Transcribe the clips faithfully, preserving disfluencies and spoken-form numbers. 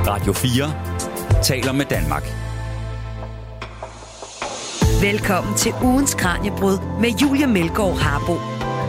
Radio fire taler med Danmark. Velkommen til ugens Kraniebrud med Julie Melgaard Harbo.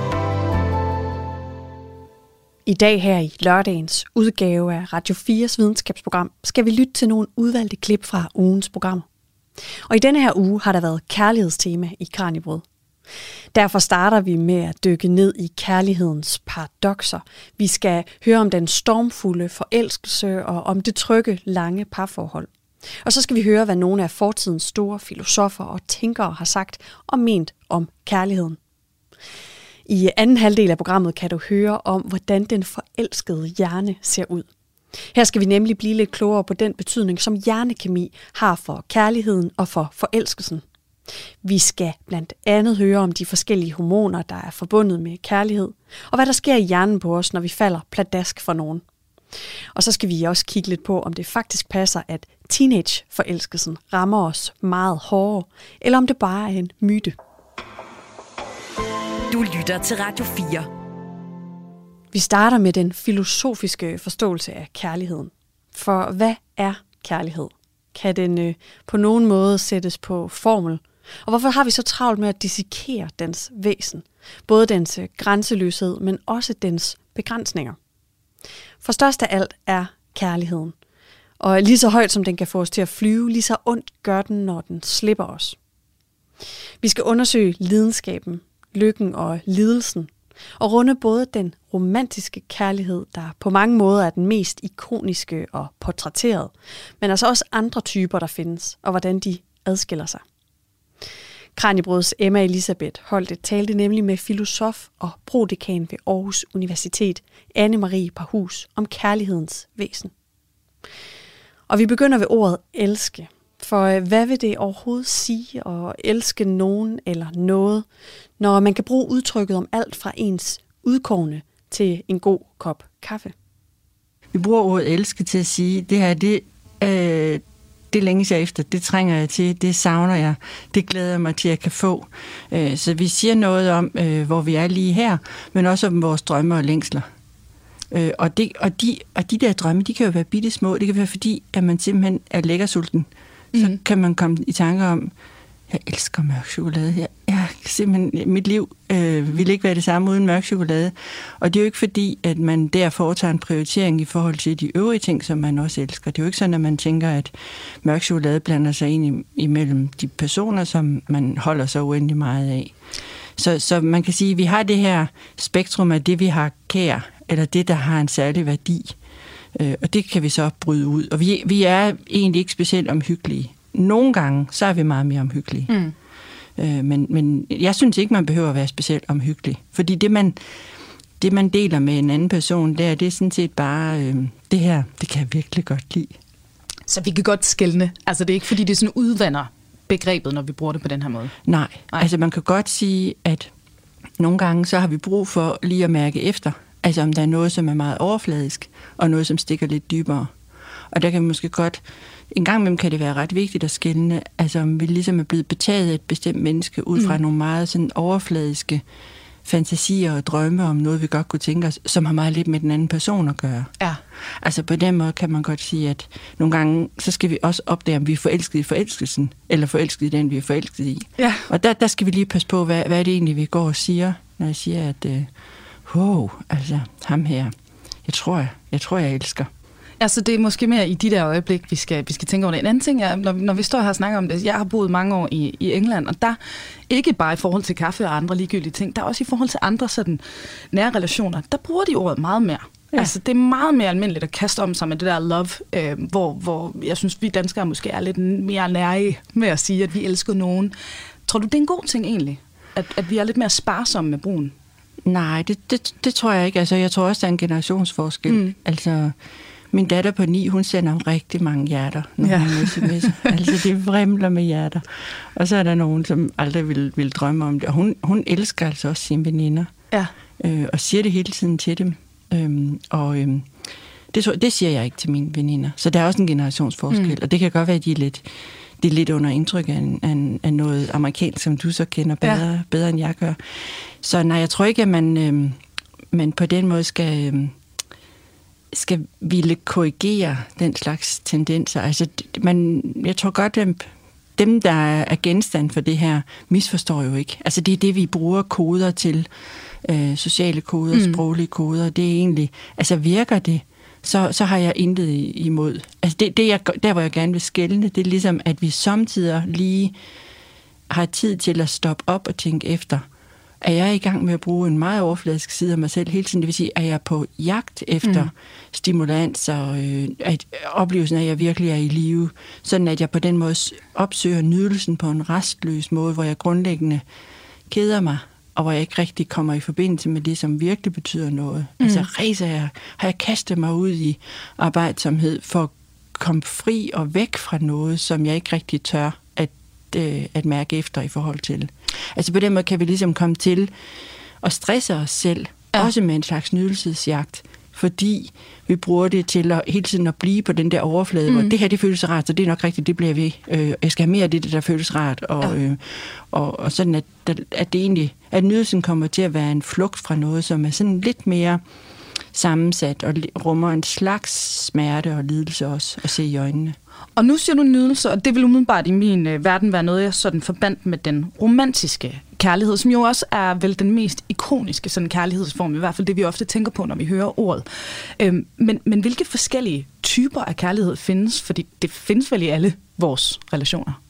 I dag her i lørdagens udgave af Radio fires videnskabsprogram skal vi lytte til nogle udvalgte klip fra ugens program. Og i denne her uge har der været kærlighedstema i Kraniebrud. Derfor starter vi med at dykke ned i kærlighedens paradokser. Vi skal høre om den stormfulde forelskelse og om det trygge, lange parforhold. Og så skal vi høre, hvad nogle af fortidens store filosofer og tænkere har sagt og ment om kærligheden. I anden halvdel af programmet kan du høre om, hvordan den forelskede hjerne ser ud. Her skal vi nemlig blive lidt klogere på den betydning, som hjernekemi har for kærligheden og for forelskelsen. Vi skal blandt andet høre om de forskellige hormoner, der er forbundet med kærlighed, og hvad der sker i hjernen på os, når vi falder pladask for nogen. Og så skal vi også kigge lidt på, om det faktisk passer, at teenageforelskelsen rammer os meget hårdere, eller om det bare er en myte. Du lytter til Radio fire. Vi starter med den filosofiske forståelse af kærligheden. For hvad er kærlighed? Kan den øh, på nogen måde sættes på formel? Og hvorfor har vi så travlt med at dissekere dens væsen? Både dens øh, grænseløshed, men også dens begrænsninger. For størst af alt er kærligheden. Og lige så højt som den kan få os til at flyve, lige så ondt gør den, når den slipper os. Vi skal undersøge lidenskaben, lykken og lidelsen, og runde både den romantiske kærlighed, der på mange måder er den mest ikoniske og portrætterede, men altså også andre typer, der findes, og hvordan de adskiller sig. Kraniebrøds Emma Elisabeth Holte talte nemlig med filosof og prodekan ved Aarhus Universitet, Anne-Marie Parhus, om kærlighedens væsen. Og vi begynder ved ordet elske. For hvad vil det overhovedet sige at elske nogen eller noget, når man kan bruge udtrykket om alt fra ens udkårne til en god kop kaffe? Vi bruger ordet elske til at sige, det her, det, øh, det længes jeg efter, det trænger jeg til, det savner jeg, det glæder jeg mig til, at jeg kan få. Øh, så vi siger noget om, øh, hvor vi er lige her, men også om vores drømme og længsler. Øh, og, det, og, de, og de der drømme, de kan jo være bitte små. Det kan være fordi, at man simpelthen er lækkersulten. Så mm. kan man komme i tanke om, jeg elsker mørk chokolade. Jeg, jeg simpelthen, mit liv øh, ville ikke være det samme uden mørk chokolade. Og det er jo ikke fordi, at man der foretager en prioritering i forhold til de øvrige ting, som man også elsker. Det er jo ikke sådan, at man tænker, at mørk chokolade blander sig ind imellem de personer, som man holder så uendelig meget af. Så, så man kan sige, at vi har det her spektrum af det, vi har kær, eller det, der har en særlig værdi. Og det kan vi så bryde ud. Og vi, vi er egentlig ikke specielt omhyggelige. Nogle gange, så er vi meget mere omhyggelige. Mm. Øh, men, men jeg synes ikke, man behøver at være specielt omhyggelig. Fordi det man, det, man deler med en anden person, det er, det er sådan set bare, øh, det her, det kan jeg virkelig godt lide. Så vi kan godt skelne. Altså det er ikke, fordi det sådan udvander begrebet, når vi bruger det på den her måde? Nej, Nej. Altså man kan godt sige, at nogle gange, så har vi brug for lige at mærke efter. Altså om der er noget, som er meget overfladisk, og noget, som stikker lidt dybere. Og der kan vi måske godt, en gang imellem kan det være ret vigtigt at skelne, altså om vi ligesom er blevet betaget af et bestemt menneske, ud fra mm. nogle meget sådan overfladiske fantasier og drømme om noget, vi godt kunne tænke os, som har meget lidt med den anden person at gøre. Ja. Altså på den måde kan man godt sige, at nogle gange, så skal vi også opdage, om vi er forelsket i forelskelsen, eller forelsket i den, vi er forelsket i. Ja. Og der, der skal vi lige passe på, hvad, hvad er det egentlig, vi går og siger, når jeg siger, at øh, wow, altså ham her, jeg tror, jeg, jeg tror, jeg elsker. Altså det er måske mere i de der øjeblik, vi skal, vi skal tænke over det. En anden ting er, når, når vi står her og snakker om det, jeg har boet mange år i, i England, og der, ikke bare i forhold til kaffe og andre ligegyldige ting, der er også i forhold til andre sådan nære relationer, der bruger de ordet meget mere. Ja. Altså det er meget mere almindeligt at kaste om sig med det der love, øh, hvor, hvor jeg synes, vi danskere måske er lidt mere nære med at sige, at vi elsker nogen. Tror du, det er en god ting egentlig, at, at vi er lidt mere sparsomme med brugen? Nej, det, det, det tror jeg ikke. Altså jeg tror også, der er en generationsforskel. Mm. Altså min datter på ni, hun sender rigtig mange hjerter, når ja. hun sms'er. Altså, det vrimler med hjerter. Og så er der nogen, som aldrig vil, vil drømme om det. Og hun, hun elsker altså også sine veninder. Ja. Øh, og siger det hele tiden til dem. Øhm, og øhm, det, det siger jeg ikke til mine veninder. Så der er også en generationsforskel. Mm. Og det kan godt være, at de er lidt, de er lidt under indtryk af, af, af noget amerikansk, som du så kender bedre, ja. bedre end jeg gør. Så nej, jeg tror ikke, at man, øhm, man på den måde skal... Øhm, skal ville korrigere den slags tendenser. Altså, man, jeg tror godt, at dem, der er genstand for det her, misforstår jo ikke. Altså, det er det, vi bruger koder til. Øh, sociale koder, mm. sproglige koder. Det er egentlig, altså virker det, så, så har jeg intet imod. Altså, det, det jeg, der, hvor jeg gerne vil skelne, det er ligesom, at vi samtidig lige har tid til at stoppe op og tænke efter. Er jeg i gang med at bruge en meget overfladisk side af mig selv hele tiden? Det vil sige, er jeg på jagt efter mm. stimulans og øh, at oplevelsen af, at jeg virkelig er i live, sådan at jeg på den måde opsøger nydelsen på en restløs måde, hvor jeg grundlæggende keder mig, og hvor jeg ikke rigtig kommer i forbindelse med det, som virkelig betyder noget. Mm. Altså ræser jeg, har jeg kastet mig ud i arbejdsomhed for at komme fri og væk fra noget, som jeg ikke rigtig tør at, øh, at mærke efter i forhold til. Altså på den måde kan vi ligesom komme til at stresse os selv, ja. Også med en slags nydelsesjagt, fordi vi bruger det til at hele tiden at blive på den der overflade, mm. hvor det her, det føles rart, så det er nok rigtigt, det bliver vi. Øh, jeg skal have mere af det, der føles rart, og, ja. øh, og, og sådan, at, at det egentlig, at nydelsen kommer til at være en flugt fra noget, som er sådan lidt mere sammensat og rummer en slags smerte og lidelse også at se i øjnene. Og nu siger du nydelse, og det vil umiddelbart i min øh, verden være noget, jeg sådan forbandt med den romantiske kærlighed, som jo også er vel den mest ikoniske sådan kærlighedsform, i hvert fald det, vi ofte tænker på, når vi hører ordet. Øhm, men, men hvilke forskellige typer af kærlighed findes? Fordi det findes vel i alle vores relationer?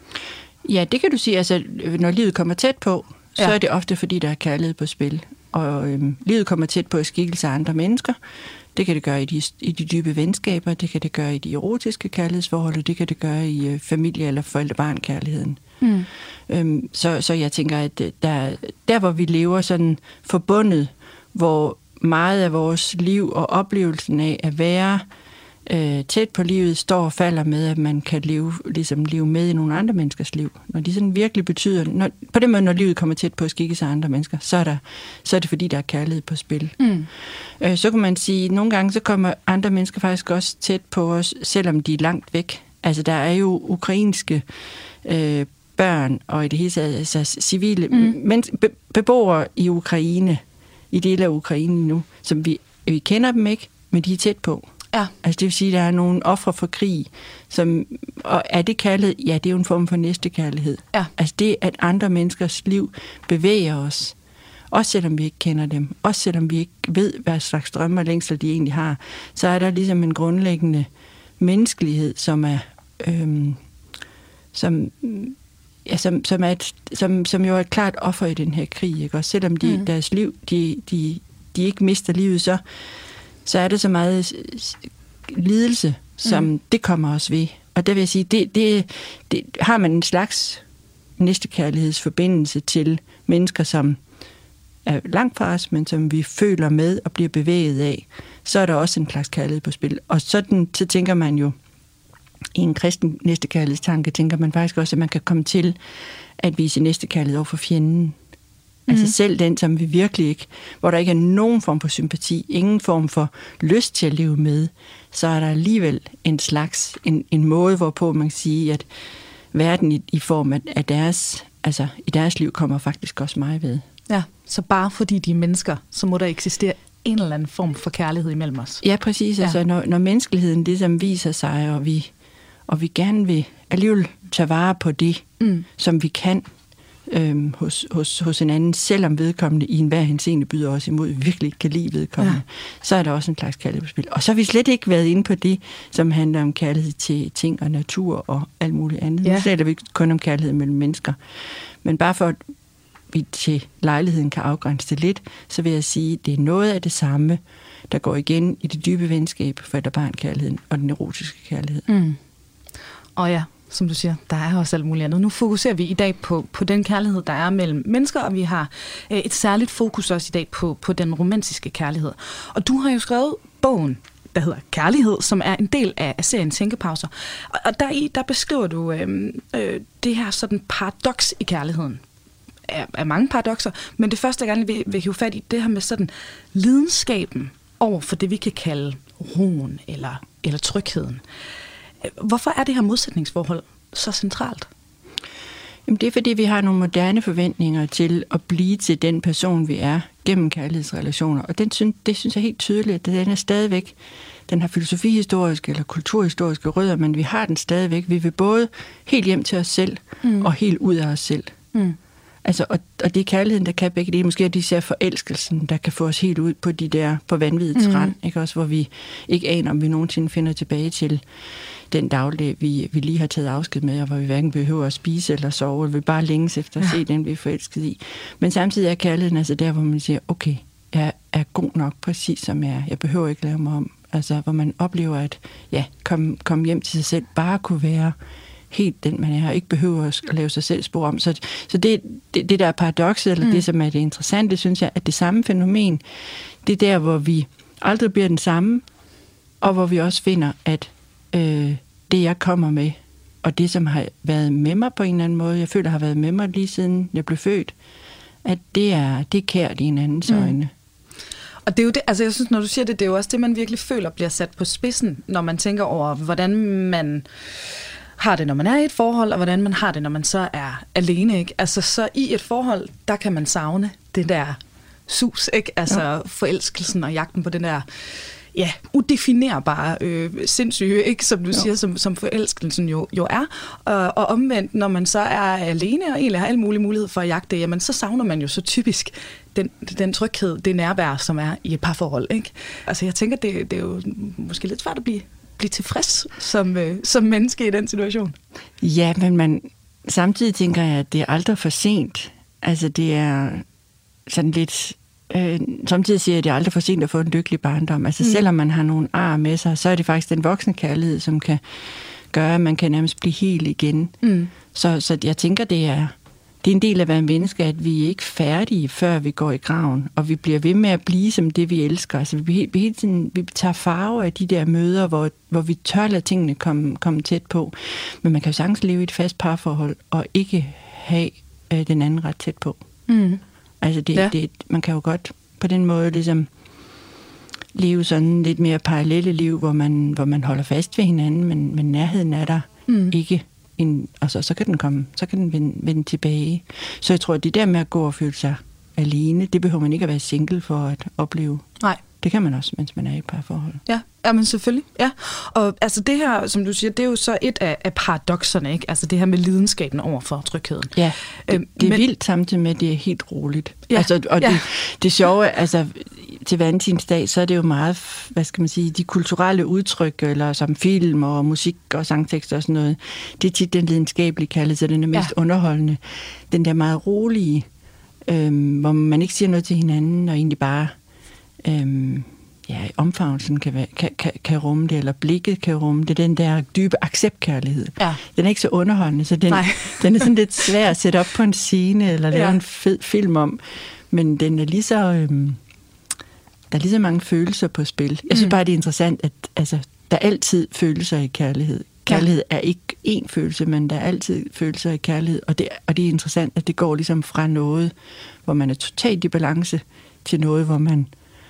Ja, det kan du sige. Altså, når livet kommer tæt på, så ja. Er det ofte, fordi der er kærlighed på spil. Og øhm, livet kommer tæt på i skikkelse af andre mennesker. Det kan det gøre i de, i de dybe venskaber, det kan det gøre i de erotiske kærlighedsforhold, det kan det gøre i øh, familie- eller forældre-barn-kærligheden. Mm. Øhm, så, så jeg tænker, at der, der hvor vi lever sådan forbundet, hvor meget af vores liv og oplevelsen af at være øh, tæt på livet står og falder med, at man kan leve, ligesom leve med i nogle andre menneskers liv. Når de sådan virkelig betyder, når, på den måde, når livet kommer tæt på at skikke sig andre mennesker, så er, der, så er det fordi, der er kærlighed på spil. Mm. Øh, så kan man sige, at nogle gange så kommer andre mennesker faktisk også tæt på os, selvom de er langt væk. Altså der er jo ukrainske øh, børn og i det hele taget altså, civile mm. men, be, beboere i Ukraine, i dele af Ukraine nu, som vi, vi kender dem ikke, men de er tæt på. Ja. Altså det vil sige, at der er nogle ofre for krig, som, og er det kærlighed? Ja, det er jo en form for næstekærlighed. Ja. Altså det, at andre menneskers liv bevæger os, også selvom vi ikke kender dem, også selvom vi ikke ved, hvad slags drømme og længsler de egentlig har, så er der ligesom en grundlæggende menneskelighed, som er, øhm, som, ja, som, som, er et, som, som jo er et klart offer i den her krig, ikke? Og selvom de, mm. deres liv, de, de, de ikke mister livet, så så er det så meget lidelse, som mm. det kommer os ved. Og der vil jeg sige, det, det, det har man en slags næstekærlighedsforbindelse til mennesker, som er langt fra os, men som vi føler med og bliver bevæget af, så er der også en slags kærlighed på spil. Og sådan, så tænker man jo, i en kristen næstekærlighedstanke, tænker man faktisk også, at man kan komme til at vise næstekærlighed over for fjenden. Altså mm. selv den, som vi virkelig ikke, hvor der ikke er nogen form for sympati, ingen form for lyst til at leve med, så er der alligevel en slags, en, en måde, hvorpå man kan sige, at verden i, i form af, af deres, altså i deres liv kommer faktisk også mig ved. Ja, så bare fordi de er mennesker, så må der eksistere en eller anden form for kærlighed imellem os. Ja, præcis. Ja. Altså når, når menneskeligheden det, som viser sig, og vi, og vi gerne vil alligevel tage vare på det, mm. som vi kan, Øhm, hos, hos, hos en anden, selvom vedkommende i enhver henseende byder os imod, vi virkelig ikke kan lide vedkommende, ja. Så er der også en slags kærlighed på spil. Og så har vi slet ikke været inde på det, som handler om kærlighed til ting og natur og alt muligt andet. Ja. Nu taler vi ikke kun om kærlighed mellem mennesker. Men bare for at vi til lejligheden kan afgrænse det lidt, så vil jeg sige, at det er noget af det samme, der går igen i det dybe venskab, forældre-barn-kærligheden og den erotiske kærlighed. Mm. Og ja, som du siger, der er også alt muligt andet. Nu fokuserer vi i dag på, på den kærlighed, der er mellem mennesker, og vi har øh, et særligt fokus også i dag på, på den romantiske kærlighed. Og du har jo skrevet bogen, der hedder Kærlighed, som er en del af, af serien Tænkepauser. Og, og deri, der beskriver du øh, øh, det her sådan paradoks i kærligheden. Af, af mange paradokser, men det første, jeg gerne vil, vil hive fat i, det her med sådan lidenskaben over for det, vi kan kalde roen eller, eller trygheden. Hvorfor er det her modsætningsforhold så centralt? Jamen det er, fordi vi har nogle moderne forventninger til at blive til den person, vi er gennem kærlighedsrelationer. Og den synes, det synes jeg helt tydeligt, at den er stadigvæk, den har filosofihistoriske eller kulturhistoriske rødder, men vi har den stadigvæk. Vi vil både helt hjem til os selv, mm. og helt ud af os selv. Mm. Altså, og, og det er kærligheden, der kan begge det. Måske er det især forelskelsen, der kan få os helt ud på de der, på vanvidets mm. rand, ikke også, hvor vi ikke aner, om vi nogensinde finder tilbage til den dagligdag, vi, vi lige har taget afsked med, og hvor vi hverken behøver at spise eller sove, eller vi bare længes efter at se den, vi er forelsket i. Men samtidig er kærligheden altså der, hvor man siger, okay, jeg er god nok præcis som jeg er. Jeg behøver ikke lave mig om. Altså, hvor man oplever at ja, komme kom hjem til sig selv, bare kunne være helt den, man er, og ikke behøver at lave sig selv spor om. Så, så det, det, det der er paradokset, eller mm. det, som er det interessante, synes jeg, at det samme fænomen, det er der, hvor vi aldrig bliver den samme, og hvor vi også finder, at øh, det, jeg kommer med, og det, som har været med mig på en eller anden måde, jeg føler, har været med mig lige siden jeg blev født, at det er, det er kært i en andens mm. øjne. Og det er jo det, altså jeg synes, når du siger det, det er jo også det, man virkelig føler bliver sat på spidsen, når man tænker over, hvordan man har det, når man er i et forhold, og hvordan man har det, når man så er alene, ikke? Altså så i et forhold, der kan man savne det der sus, ikke? Altså ja. Forelskelsen og jagten på den der, ja, udefinerbare øh, sindssyge, ikke? Som du ja. siger, som, som forelskelsen jo, jo er. Og, og omvendt, når man så er alene og egentlig har alle mulige muligheder for at jagte, jamen så savner man jo så typisk den, den tryghed, det nærvær, som er i et parforhold, ikke? Altså jeg tænker, det, det er jo måske lidt svært at blive, blive tilfreds som, øh, som menneske i den situation. Ja, men man, samtidig tænker jeg, at det er aldrig for sent. Altså det er sådan lidt... Øh, samtidig siger jeg, at det er aldrig for sent at få en lykkelig barndom. Altså mm. selvom man har nogle ar med sig, så er det faktisk den voksne kærlighed, som kan gøre, at man kan nærmest blive helt igen. Mm. Så, så jeg tænker, det er, det er en del af at være menneske, at vi er ikke færdige, før vi går i graven, og vi bliver ved med at blive som det, vi elsker. Altså vi, vi, hele tiden, vi tager farve af de der møder, hvor, hvor vi tør lade tingene komme, komme tæt på. Men man kan jo sagtens leve i et fast parforhold, og ikke have øh, den anden ret tæt på. Mm. Altså det, ja. det, man kan jo godt på den måde ligesom leve sådan lidt mere parallelle liv, hvor man, hvor man holder fast ved hinanden, men, men nærheden er der mm. ikke. En, altså, så kan den komme, så kan den vende, vende tilbage. Så jeg tror, at det der med at gå og føle sig alene, det behøver man ikke at være single for at opleve. Nej. Det kan man også, mens man er i et parforhold. Ja, ja, men selvfølgelig. Ja. Og altså det her, som du siger, det er jo så et af, af paradokserne, ikke? Altså det her med lidenskaben over for trygheden. Ja, det, øhm, det er men... vildt samtidig med, at det er helt roligt. Ja. Altså, og ja. det, det sjove, altså til valentinsdag, så er det jo meget, hvad skal man sige, de kulturelle udtryk, eller som film og musik og sangtekster og sådan noget, det er tit den lidenskabelige kaldelse, så den er mest ja. underholdende. Den der meget rolige, øhm, hvor man ikke siger noget til hinanden, og egentlig bare Øhm, ja, omfavnelsen kan, være, kan, kan, kan rumme det, eller blikket kan rumme det, den der dybe acceptkærlighed. Ja. Den er ikke så underholdende, så den, den er sådan lidt svær at sætte op på en scene, eller lave ja. en fed film om, men den er lige så, øhm, der er lige så mange følelser på spil. Jeg synes mm. bare, det er interessant, at altså, der er altid følelser i kærlighed. Kærlighed ja. er ikke én følelse, men der er altid følelser i kærlighed, og det, og det er interessant, at det går ligesom fra noget, hvor man er totalt i balance, til noget, hvor man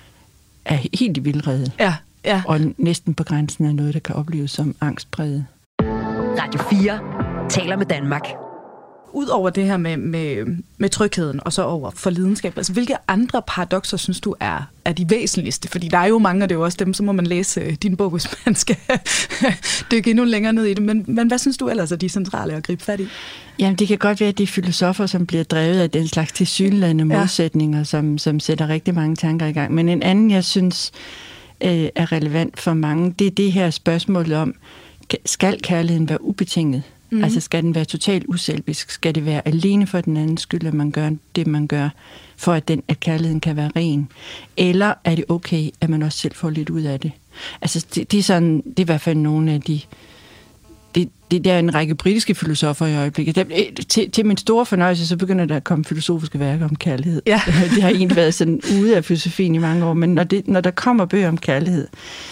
er helt i vildrede. Ja, ja. Og næsten på grænsen af noget, der kan opleves som angstpræget. Radio fire taler med Danmark. Udover det her med, med, med trygheden, og så over for lidenskab, altså hvilke andre paradokser synes du er, er de væsentligste? Fordi der er jo mange, og det er jo også dem, så må man læse din bog, hvis man skal dykke endnu længere ned i det. Men, men hvad synes du ellers er de centrale at gribe fat i? Jamen, det kan godt være, at det er filosofer, som bliver drevet af den slags tilsyneladende modsætninger, ja. som, som sætter rigtig mange tanker i gang. Men en anden, jeg synes øh, er relevant for mange, det er det her spørgsmål om, skal kærligheden være ubetinget? Mm. Altså skal den være totalt uselvisk? Skal det være alene for den andens skyld, at man gør det, man gør, for at, den, at kærligheden kan være ren? Eller er det okay, at man også selv får lidt ud af det? Altså det, det er sådan, det er i hvert fald nogle af de... Det, det der er en række britiske filosofer i øjeblikket. Der, til, til min store fornøjelse, så begynder der at komme filosofiske værker om kærlighed. Ja. Det har egentlig været sådan ude af filosofien i mange år, men når, det, når der kommer bøger om kærlighed,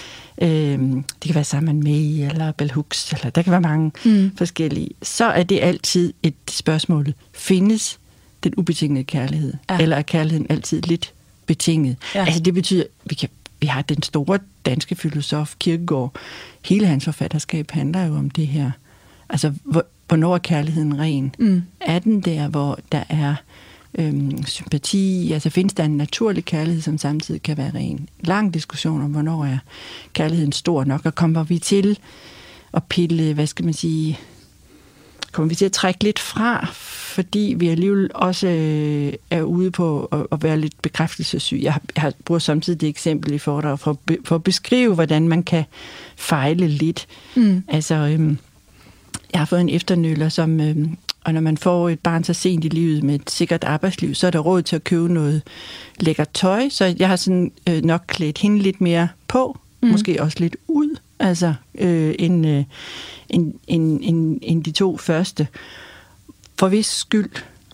Øhm, det kan være Simon May eller Bell Hooks, eller der kan være mange mm. forskellige, så er det altid et spørgsmål. Findes den ubetingede kærlighed? Ja. Eller er kærligheden altid lidt betinget? Ja. Altså det betyder, vi, kan, vi har den store danske filosof Kierkegaard. Hele hans forfatterskab handler jo om det her. Altså, hvor, hvornår er kærligheden ren? Mm. Er den der, hvor der er øhm, sympati. Altså findes der en naturlig kærlighed, som samtidig kan være ren. Lang diskussion om, hvornår er kærligheden stor nok, og kommer vi til at pille, hvad skal man sige, kommer vi til at trække lidt fra, fordi vi alligevel også øh, er ude på at, at være lidt bekræftelsessyg. Jeg har, jeg har brugt samtidig det eksempel i foredrag for, for at beskrive, hvordan man kan fejle lidt. Mm. Altså, øhm, jeg har fået en efternøller, som, øhm, og når man får et barn så sent i livet med et sikkert arbejdsliv, så er der råd til at købe noget lækkert tøj, så jeg har sådan øh, nok klædt hende lidt mere på, mm. måske også lidt ud, altså øh, end, øh, end, end, end, end de to første. For hvis skyld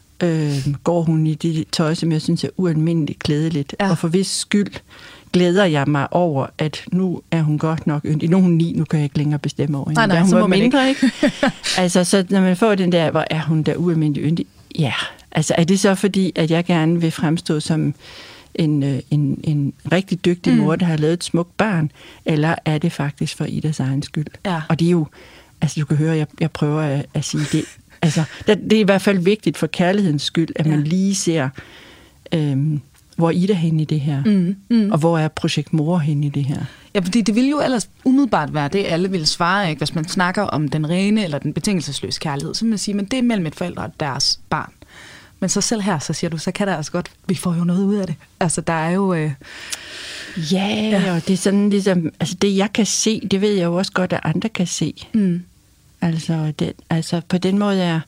øh, går hun i det tøj, som jeg synes er ualmindeligt klædeligt, ja. Og for hvis skyld glæder jeg mig over, at nu er hun godt nok yndig. Nu er hun ni, nu kan jeg ikke længere bestemme over hende. Nej, nej, hun så var må man mindre, ikke. ikke? Altså, så når man får den der, hvor er hun der ualmindeligt yndig? Ja, altså er det så fordi, at jeg gerne vil fremstå som en, en, en rigtig dygtig mor, mm. der har lavet et smukt barn, eller er det faktisk for Idas egen skyld? Ja. Og det er jo, altså du kan høre, jeg, jeg prøver at, at sige det. Altså, det er i hvert fald vigtigt for kærlighedens skyld, at man ja. lige ser, øhm, hvor er Ida henne i det her, mm, mm. og hvor er projekt mor henne i det her. Ja, fordi det ville jo ellers umiddelbart være det, alle ville svare, ikke? Hvis man snakker om den rene eller den betingelsesløse kærlighed, så vil man sige, men det er mellem et forældre og deres barn. Men så selv her, så siger du, så kan der altså godt, vi får jo noget ud af det. Altså, der er jo... Øh... Ja, ja, og det er sådan ligesom, altså det jeg kan se, det ved jeg jo også godt, at andre kan se. Mm. Altså, det, altså på den måde er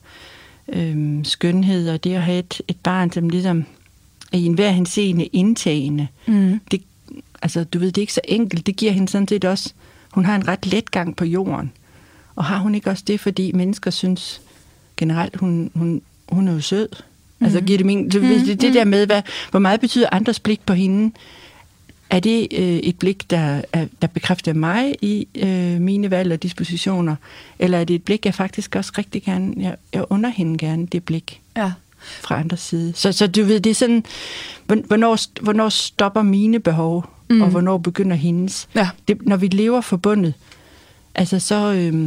øhm, skønhed og det at have et, et barn, som ligesom er i enhver henseende indtagende. Mm. Det, altså, du ved, det er ikke så enkelt. Det giver hende sådan set også, hun har en ret let gang på jorden. Og har hun ikke også det, fordi mennesker synes generelt, hun, hun, hun er jo sød. Mm. Altså, giver det min, det, det, det der med, hvad, hvor meget betyder andres blik på hende? Er det øh, et blik, der, der bekræfter mig i øh, mine valg og dispositioner? Eller er det et blik, jeg faktisk også rigtig gerne, jeg, jeg under hende gerne, det blik ja. Fra andres side? Så, så du ved, det er sådan, hvornår, hvornår stopper mine behov, mm. og hvornår begynder hendes? Ja. Det, når vi lever forbundet, altså så, øh,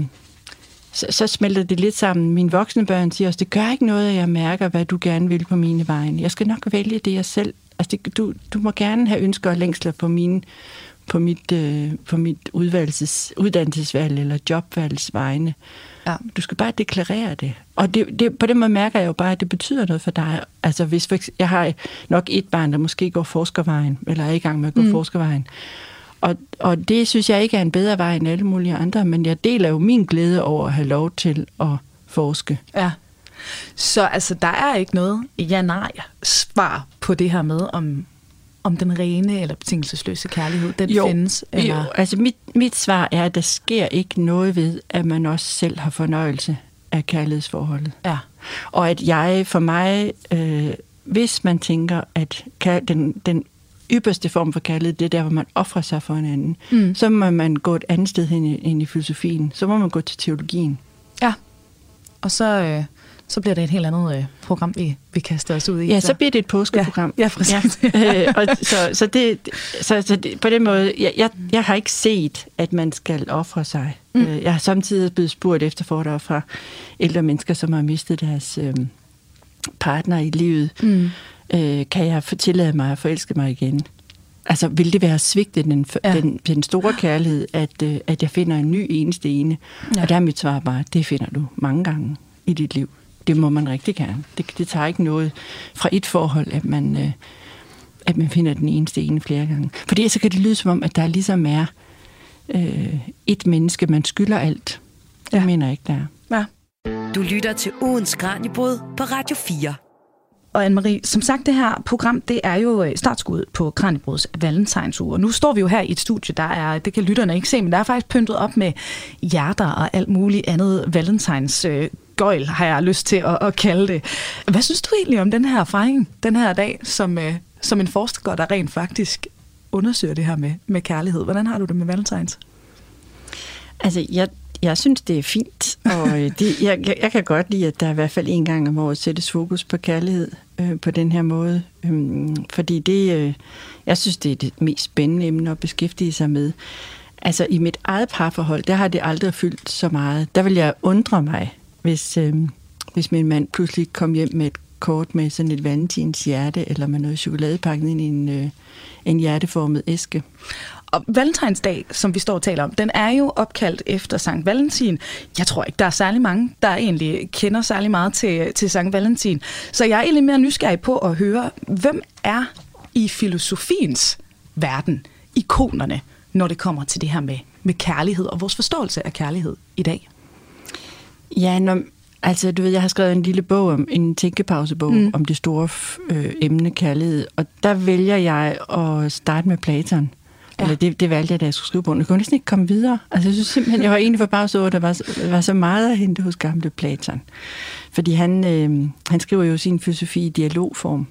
så, så smelter det lidt sammen. Mine voksne børn siger også, det gør ikke noget, at jeg mærker, hvad du gerne vil på mine vegne. Jeg skal nok vælge det, jeg selv. Altså, det, du, du må gerne have ønsker og længsler på, mine, på mit, øh, på mit udvalgelses, uddannelsesvalg eller jobvalgsvegne. Ja. Du skal bare deklarere det. Og det, det, på den måde mærker jeg jo bare, at det betyder noget for dig. Altså, hvis for, jeg har nok et barn, der måske går forskervejen, eller er i gang med at gå mm. forskervejen. Og, og det synes jeg ikke er en bedre vej end alle mulige andre, men jeg deler jo min glæde over at have lov til at forske. Ja. Så altså, der er ikke noget ja-nej-svar på det her med, om, om den rene eller betingelsesløse kærlighed, den jo, findes? Eller? Jo, altså mit, mit svar er, at der sker ikke noget ved, at man også selv har fornøjelse af kærlighedsforholdet. Ja. Og at jeg, for mig, øh, hvis man tænker, at den, den ypperste form for kærlighed, det er der, hvor man offrer sig for en anden, mm. så må man gå et andet sted hen i, ind i filosofien. Så må man gå til teologien. Ja, og så... Øh Så bliver det et helt andet øh, program, vi, vi kaster os ud i. Ja, så, så bliver det et påskeprogram. Ja, ja præcis. Ja. øh, og så, så, det, så, så det, på den måde, jeg, jeg, jeg har ikke set, at man skal ofre sig. Mm. Jeg har samtidig blevet spurgt efter foredrag fra ældre mennesker, som har mistet deres øh, partner i livet. Mm. Øh, kan jeg tillade mig at forelske mig igen? Altså, vil det være svigte den, ja. den, den store kærlighed, at, øh, at jeg finder en ny eneste ene? Ja. Og der er mit svar bare, det finder du mange gange i dit liv. Det må man rigtig gerne. Det, det tager ikke noget fra et forhold, at man, øh, at man finder den eneste ene flere gange. Fordi så kan det lyde som om, at der ligesom er øh, et menneske, man skylder alt. Det ja. mener jeg ikke, der er. Ja. Du lytter til ugens Kraniebrud på Radio fire. Og Anne-Marie, som sagt, det her program, det er jo startskud på Kranjebruds Valentinsuge. Og nu står vi jo her i et studie, der er, det kan lytterne ikke se, men der er faktisk pyntet op med hjerter og alt muligt andet valentines øh, gøjl, har jeg lyst til at, at kalde det. Hvad synes du egentlig om den her fejring, den her dag, som, øh, som en forsker, der rent faktisk undersøger det her med, med kærlighed? Hvordan har du det med valentines? Altså, jeg Jeg synes, det er fint, og det, jeg, jeg, jeg kan godt lide, at der i hvert fald en gang om året sættes fokus på kærlighed øh, på den her måde. Øhm, fordi det, øh, jeg synes, det er det mest spændende emne at beskæftige sig med. Altså, i mit eget parforhold, der har det aldrig fyldt så meget. Der vil jeg undre mig, hvis, øh, hvis min mand pludselig kom hjem med et kort med sådan et valentins hjerte, eller med noget chokolade pakket ind i en, øh, en hjerteformet æske. Og Valentinsdag, som vi står og taler om, den er jo opkaldt efter Sankt Valentin. Jeg tror ikke, der er særlig mange, der egentlig kender særlig meget til, til Sankt Valentin. Så jeg er egentlig mere nysgerrig på at høre, hvem er i filosofiens verden ikonerne, når det kommer til det her med, med kærlighed og vores forståelse af kærlighed i dag? Ja, når, altså du ved, jeg har skrevet en lille bog, om en tænkepausebog mm. om det store øh, emne kærlighed, og der vælger jeg at starte med Platon. Ja. Eller det, det valgte jeg, da jeg skulle skrive bogen. Jeg kunne næsten ikke komme videre. Altså, jeg synes simpelthen, jeg var egentlig forbavset over, at der var, var så meget at hente hos gamle Platon. Fordi han, øh, han skriver jo sin filosofi i dialogform.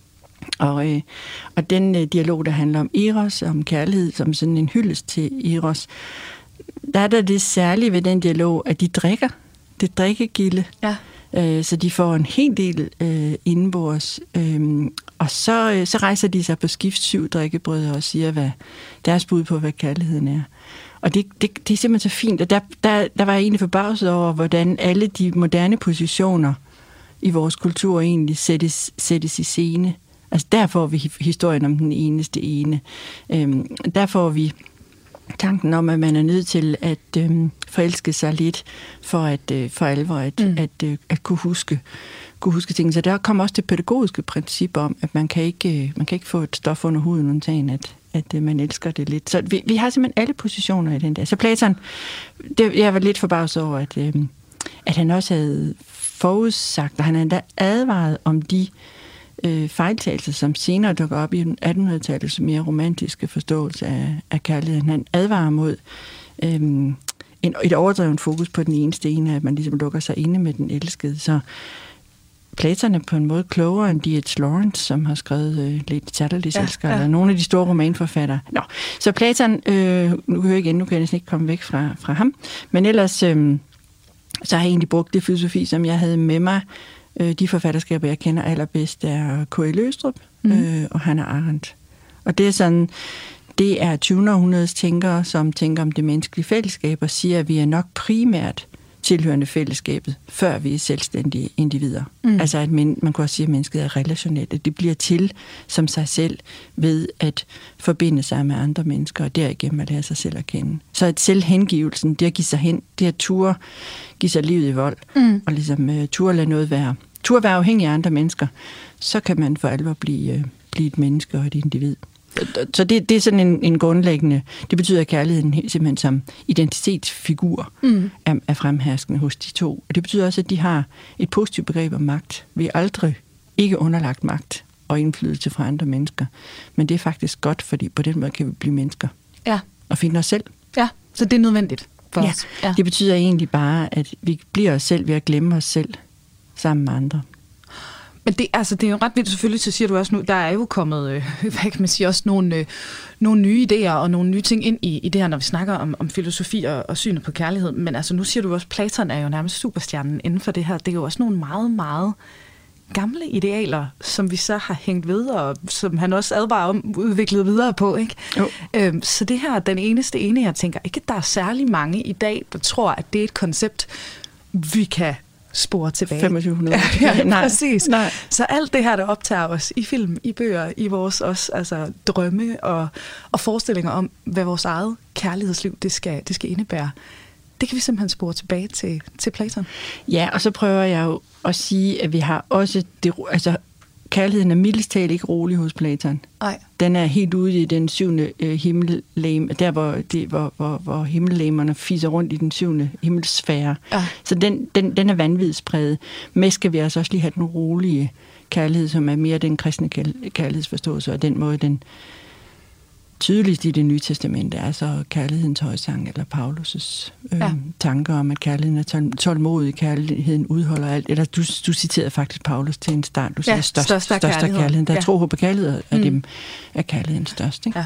Og, øh, og den øh, dialog, der handler om Eros, om kærlighed, som sådan en hyldest til Eros, der er der det særlige ved den dialog, at de drikker. Det drikkegilde. Ja. Øh, så de får en hel del øh, indenbords. Øh, og så, øh, så rejser de sig på skift syv drikkebrødre og siger, hvad deres bud på, hvad kærligheden er. Og det, det, det er simpelthen så fint. Og der, der, der var jeg egentlig forbavset over, hvordan alle de moderne positioner i vores kultur egentlig sættes, sættes i scene. Altså der får vi historien om den eneste ene. Øhm, der får vi tanken om, at man er nødt til at øhm, forelske sig lidt for at øh, for alvor at, mm. at, øh, at kunne huske kunne huske ting. Så der kommer også det pædagogiske princip om, at man kan ikke øh, man kan ikke få et stof under huden undtagen at at øh, man elsker det lidt. Så vi, vi har simpelthen alle positioner i den der. Så Platon, det, jeg var lidt forbavset over, at øh, at han også havde forudsagt, og han havde endda advaret om de øh, fejltagelser, som senere dukker op i attenhundredetallet, mere romantiske forståelse af, af kærligheden. Han advarer mod øh, en, et overdrevet fokus på den eneste ene, at man ligesom lukker sig inde med den elskede. Så Platon er på en måde klogere end D H Lawrence, som har skrevet øh, lidt Chatterley's ja, elsker, ja. Eller nogle af de store romanforfattere. Nå, så Platon, øh, nu kan jeg igen, nu kan jeg næsten ikke komme væk fra, fra ham, men ellers øh, så har jeg egentlig brugt det filosofi, som jeg havde med mig. De forfatterskaber, jeg kender allerbedst, er K L Løgstrup mm. øh, og Hannah Arendt. Og det er sådan, det er tyvende århundredes tænkere, som tænker om det menneskelige fællesskab og siger, at vi er nok primært tilhørende fællesskabet, før vi er selvstændige individer. Mm. Altså, at man, man kan også sige, at mennesket er relationelt, at det bliver til som sig selv ved at forbinde sig med andre mennesker, og derigennem at lære sig selv at kende. Så at selvhengivelsen, det at give sig hen, det at ture, give sig livet i vold, mm. og ligesom uh, ture lade noget være. Ture være afhængig af andre mennesker, så kan man for alvor blive, uh, blive et menneske og et individ. Så det, det er sådan en, en grundlæggende, det betyder, at kærligheden simpelthen som identitetsfigur mm. er, er fremherskende hos de to. Og det betyder også, at de har et positivt begreb om magt. Vi er aldrig ikke underlagt magt og indflydelse fra andre mennesker. Men det er faktisk godt, fordi på den måde kan vi blive mennesker. Ja. Og finde os selv. Ja, så det er nødvendigt for ja. os. Ja, det betyder egentlig bare, at vi bliver os selv ved at glemme os selv sammen med andre. Men det, altså, det er jo ret vildt, selvfølgelig, så siger du også nu, der er jo kommet, øh, hvad kan man sige, også nogle, øh, nogle nye idéer og nogle nye ting ind i, i det her, når vi snakker om, om filosofi og, og synet på kærlighed. Men altså, nu siger du også, Platon er jo nærmest superstjernen inden for det her. Det er jo også nogle meget, meget gamle idealer, som vi så har hængt ved, og som han også advarer om, udviklet videre på, ikke? Jo. Øhm, så det her, den eneste ene, jeg tænker ikke, at der er særlig mange i dag, der tror, at det er et koncept, vi kan spore tilbage. femogtyve hundrede Ja, ja, nej, præcis. Nej. Så alt det her, der optager os i film, i bøger, i vores også, altså, drømme og, og forestillinger om, hvad vores eget kærlighedsliv det skal, det skal indebære, det kan vi simpelthen spore tilbage til, til Platon. Ja, og så prøver jeg jo at sige, at vi har også det, altså kærligheden er mildest talt ikke rolig hos Platon. Nej. Den er helt ude i den syvende øh, himmellegeme, der hvor, de, hvor, hvor, hvor himmellegemerne fiser rundt i den syvende himmelsfære. Ja. Så den, den, den er vanvidspræget. Men skal vi altså også lige have den rolige kærlighed, som er mere den kristne kærlighedsforståelse, og den måde, den tydeligst i Det Nye Testamente er så kærlighedens højsang, eller Paulus' øh, ja. tanker om, at kærligheden er tål- tålmodig, kærligheden udholder alt. Eller du, du citerede faktisk Paulus til en start. Du siger ja, størst, største, største kærlighed. kærligheden. Der ja. tror på kærlighed, at mm. dem er kærligheden størst. Ikke? Ja.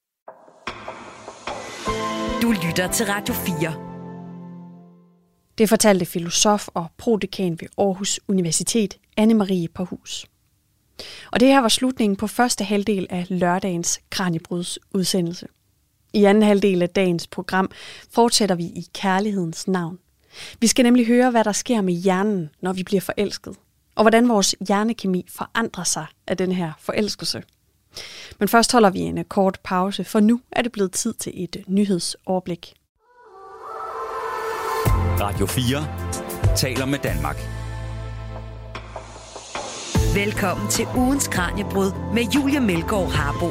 Du lytter til Radio fire. Det fortalte filosof og prodekan ved Aarhus Universitet, Anne-Marie Parhus. Og det her var slutningen på første halvdel af lørdagens Kraniebrud's udsendelse. I anden halvdel af dagens program fortsætter vi i kærlighedens navn. Vi skal nemlig høre, hvad der sker med hjernen, når vi bliver forelsket. og hvordan vores hjernekemi forandrer sig af den her forelskelse. Men først holder vi en kort pause, for nu er det blevet tid til et nyhedsoverblik. Radio fire taler med Danmark. Velkommen til ugens Kraniebrud med Julie Melgaard Harbo.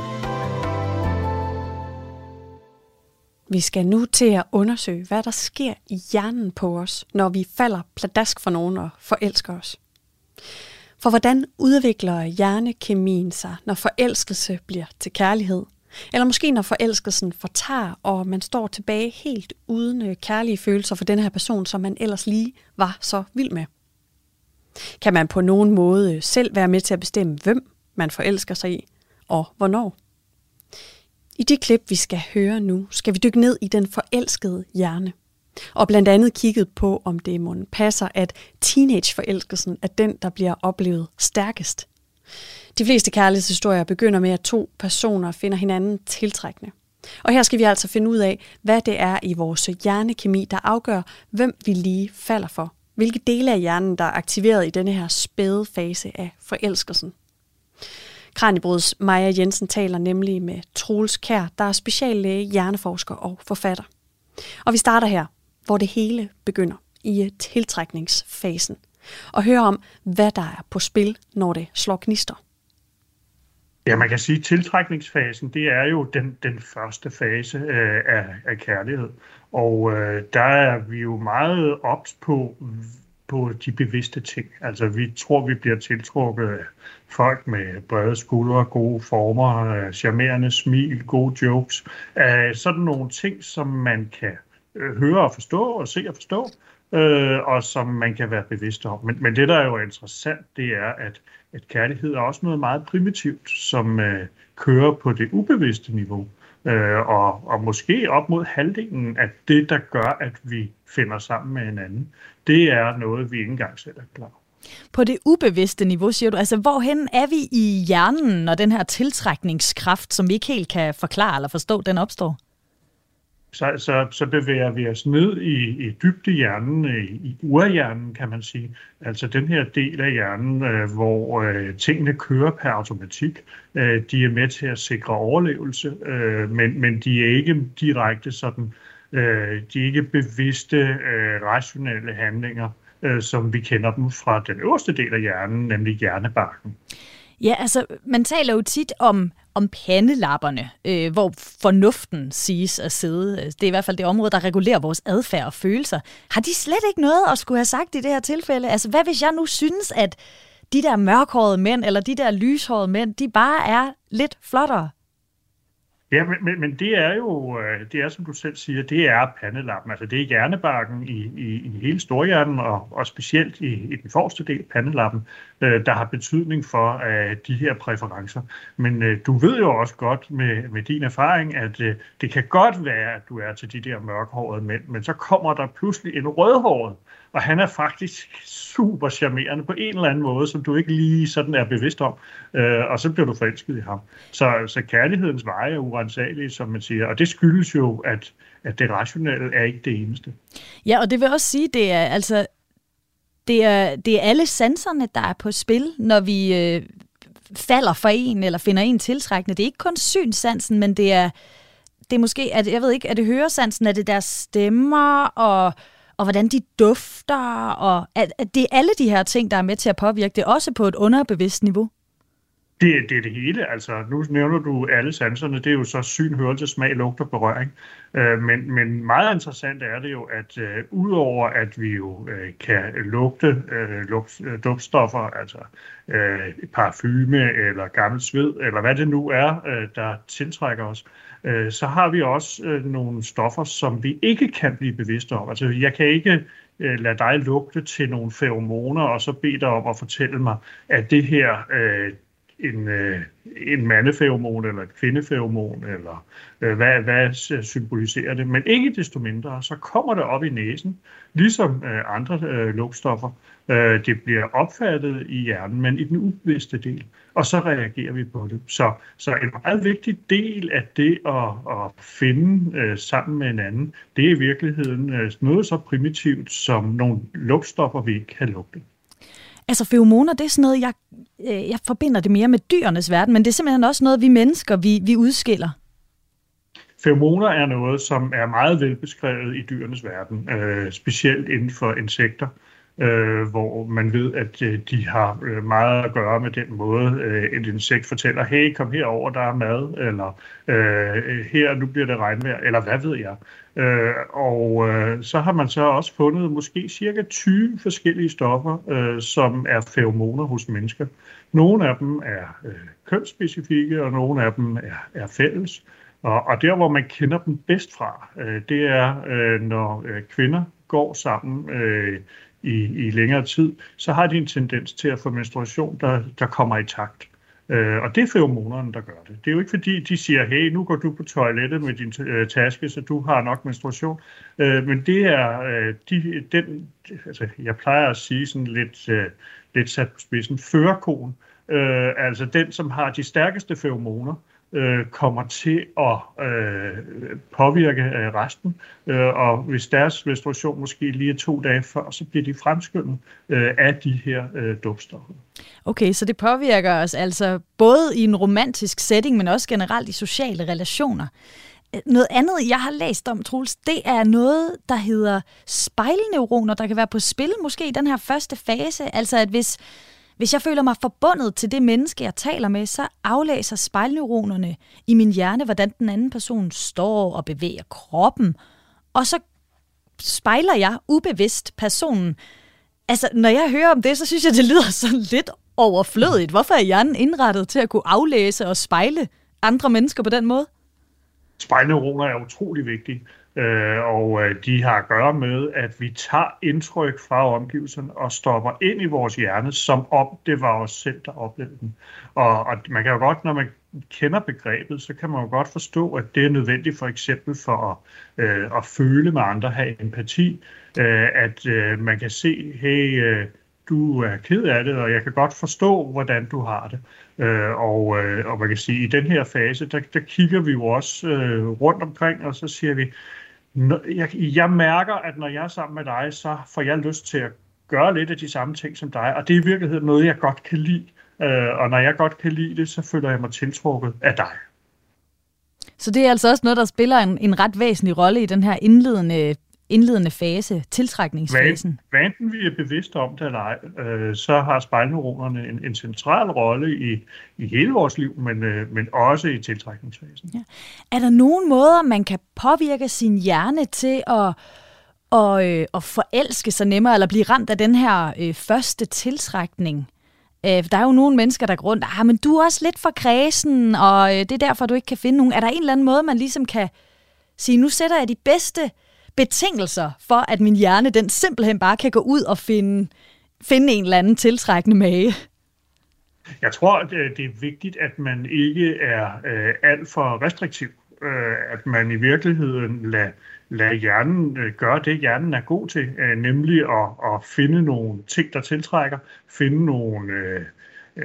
Vi skal nu til at undersøge, hvad der sker i hjernen på os, når vi falder pladask for nogen og forelsker os. For hvordan udvikler hjernekemien sig, når forelskelse bliver til kærlighed? Eller måske når forelskelsen fortager, og man står tilbage helt uden kærlige følelser for den her person, som man ellers lige var så vild med. Kan man på nogen måde selv være med til at bestemme, hvem man forelsker sig i, og hvornår? I det klip, vi skal høre nu, skal vi dykke ned i den forelskede hjerne. Og blandt andet kigget på, om det mon passer, at teenageforelskelsen er den, der bliver oplevet stærkest. De fleste kærlighedshistorier begynder med, at to personer finder hinanden tiltrækkende. Og her skal vi altså finde ud af, hvad det er i vores hjernekemi, der afgør, hvem vi lige falder for. Hvilke dele af hjernen, der er aktiveret i denne her spæde fase af forelskelsen. Kranjebruds Maja Jensen taler nemlig med Troels Kjær, der er speciallæge, hjerneforsker og forfatter. Og vi starter her, hvor det hele begynder, i tiltrækningsfasen, og hører om, hvad der er på spil, når det slår gnister. Ja, man kan sige, at tiltrækningsfasen, det er jo den, den første fase øh, af, af kærlighed. Og øh, der er vi jo meget ops på, på de bevidste ting. Altså, vi tror, vi bliver tiltrukket af folk med brede skuldre, gode former, øh, charmerende smil, gode jokes. Øh, sådan nogle ting, som man kan øh, høre og forstå og se og forstå, øh, og som man kan være bevidst om. Men, men det, der er jo interessant, det er, at, at kærlighed er også noget meget primitivt, som øh, kører på det ubevidste niveau. Øh, og, og måske op mod halvdelen af det, der gør, at vi finder sammen med hinanden, det er noget, vi ikke engang selv er klar. På det ubevidste niveau, siger du, altså hvorhen er vi i hjernen, når den her tiltrækningskraft, som vi ikke helt kan forklare eller forstå, den opstår? Så, så, så bevæger vi os ned i, i dybdehjernen, i, i urhjernen, kan man sige. Altså den her del af hjernen, øh, hvor øh, tingene kører per automatik. Øh, de er med til at sikre overlevelse, øh, men, men de er ikke direkte sådan, øh, de er ikke bevidste, øh, rationelle handlinger, øh, som vi kender dem fra den øverste del af hjernen, nemlig hjernebarken. Ja, altså man taler jo tit om om pandelapperne, øh, hvor fornuften siges at sidde. Det er i hvert fald det område, der regulerer vores adfærd og følelser. Har de slet ikke noget at skulle have sagt i det her tilfælde? Altså, hvad hvis jeg nu synes, at de der mørkhårede mænd, eller de der lyshårede mænd, de bare er lidt flottere? Ja, men, men, men det er jo, det er som du selv siger, det er pandelappen. Altså det er hjernebarken i, i, i hele storhjernen, og, og specielt i, i den forreste del, pandelappen, øh, der har betydning for øh, de her præferencer. Men øh, du ved jo også godt med, med din erfaring, at øh, det kan godt være, at du er til de der mørkhårede mænd, men så kommer der pludselig en rødhåret, og han er faktisk super charmerende på en eller anden måde, som du ikke lige sådan er bevidst om, øh, og så bliver du forelsket i ham. Så, så kærlighedens veje er urensagelige, som man siger, og det skyldes jo, at, at det rationelle er ikke det eneste. Ja, og det vil også sige, det er altså det er, det er alle sanserne, der er på spil, når vi øh, falder for en eller finder en tiltrækkende. Det er ikke kun synssansen, men det er det er måske, at, jeg ved ikke, er det høresansen, er det deres stemmer og og hvordan de dufter, og at, at det er alle de her ting, der er med til at påvirke det, også på et underbevidst niveau. Det, det er det hele. Altså, nu nævner du alle sanserne. Det er jo så syn, hørelse, smag, lugt og berøring. Øh, men, men meget interessant er det jo, at øh, udover at vi jo øh, kan lugte øh, lugt, øh, duftstoffer, altså øh, parfume eller gammel sved, eller hvad det nu er, øh, der tiltrækker os, øh, så har vi også øh, nogle stoffer, som vi ikke kan blive bevidste om. Altså, jeg kan ikke øh, lade dig lugte til nogle feromoner, og så bede dig om at fortælle mig, at det her øh, en, øh, en mandefeomon eller et kvindeferomon, eller øh, hvad, hvad symboliserer det. Men ikke desto mindre, så kommer det op i næsen, ligesom øh, andre øh, lugtstoffer. Øh, det bliver opfattet i hjernen, men i den ubevidste del, og så reagerer vi på det. Så, så en meget vigtig del af det at, at finde øh, sammen med hinanden, det er i virkeligheden øh, noget så primitivt som nogle lugtstoffer, vi ikke kan lugte. Altså feromoner, det er sådan noget, jeg, øh, jeg forbinder det mere med dyrenes verden, men det er simpelthen også noget, vi mennesker, vi, vi udskiller. Feromoner er noget, som er meget velbeskrevet i dyrenes verden, øh, specielt inden for insekter, øh, hvor man ved, at øh, de har øh, meget at gøre med den måde, øh, et insekt fortæller, hey, kom herover, der er mad, eller øh, her, nu bliver det regnvejr, eller hvad ved jeg. Øh, og øh, så har man så også fundet måske cirka tyve forskellige stoffer, øh, som er feromoner hos mennesker. Nogle af dem er øh, kønsspecifikke, og nogle af dem er, er fælles. Og, og der, hvor man kender dem bedst fra, øh, det er, øh, når øh, kvinder går sammen øh, i, i længere tid, så har de en tendens til at få menstruation, der, der kommer i takt. Øh, og det er feromonerne, der gør det. Det er jo ikke fordi, de siger, hey, nu går du på toilettet med din øh, taske, så du har nok menstruation. Øh, men det er, øh, de, den, altså jeg plejer at sige sådan lidt, øh, lidt sat på spidsen, førerkoen, øh, altså den, som har de stærkeste feromoner, øh, kommer til at øh, påvirke øh, resten, øh, og hvis deres menstruation måske lige er to dage før, så bliver de fremskyndet øh, af de her øh, duftstoffer. Okay, så det påvirker os altså både i en romantisk setting, men også generelt i sociale relationer. Noget andet, jeg har læst om, Troels, det er noget, der hedder spejlneuroner, der kan være på spil måske i den her første fase. Altså at hvis Hvis jeg føler mig forbundet til det menneske, jeg taler med, så aflæser spejlneuronerne i min hjerne, hvordan den anden person står og bevæger kroppen. Og så spejler jeg ubevidst personen. Altså, når jeg hører om det, så synes jeg, det lyder sådan lidt overflødigt. Hvorfor er hjernen indrettet til at kunne aflæse og spejle andre mennesker på den måde? Spejlneuroner er utrolig vigtige. Øh, og øh, de har at gøre med, at vi tager indtryk fra omgivelserne og stopper ind i vores hjerne, som om det var os selv, der oplevede den. Og, og man kan jo godt, når man kender begrebet, så kan man jo godt forstå, at det er nødvendigt for eksempel for at, øh, at føle med andre, have empati, øh, at øh, man kan se, hey, øh, du er ked af det, og jeg kan godt forstå, hvordan du har det. Øh, og, øh, og man kan sige, at i den her fase, der, der kigger vi jo også øh, rundt omkring, og så siger vi, Jeg, jeg mærker, at når jeg er sammen med dig, så får jeg lyst til at gøre lidt af de samme ting som dig, og det er i virkeligheden noget, jeg godt kan lide. Og når jeg godt kan lide det, så føler jeg mig tiltrukket af dig. Så det er altså også noget, der spiller en, en ret væsentlig rolle i den her indledende, indledende fase, tiltrækningsfasen. Hvad enten vi er bevidste om det eller ej, øh, så har spejlneuronerne en, en central rolle i, i hele vores liv, men, øh, men også i tiltrækningsfasen. Ja. Er der nogen måder, man kan påvirke sin hjerne til at, og, øh, at forelske sig nemmere, eller blive ramt af den her øh, første tiltrækning? Øh, der er jo nogle mennesker, der går rundt, ah, men du er også lidt for kræsen, og øh, det er derfor, du ikke kan finde nogen. Er der en eller anden måde, man ligesom kan sige, nu sætter jeg de bedste betingelser for, at min hjerne den simpelthen bare kan gå ud og finde, finde en eller anden tiltrækkende mage? Jeg tror, det er vigtigt, at man ikke er øh, alt for restriktiv. Øh, at man i virkeligheden lader lad hjernen øh, gøre det, hjernen er god til, øh, nemlig at, at finde nogle ting, der tiltrækker, finde nogle... Øh, øh,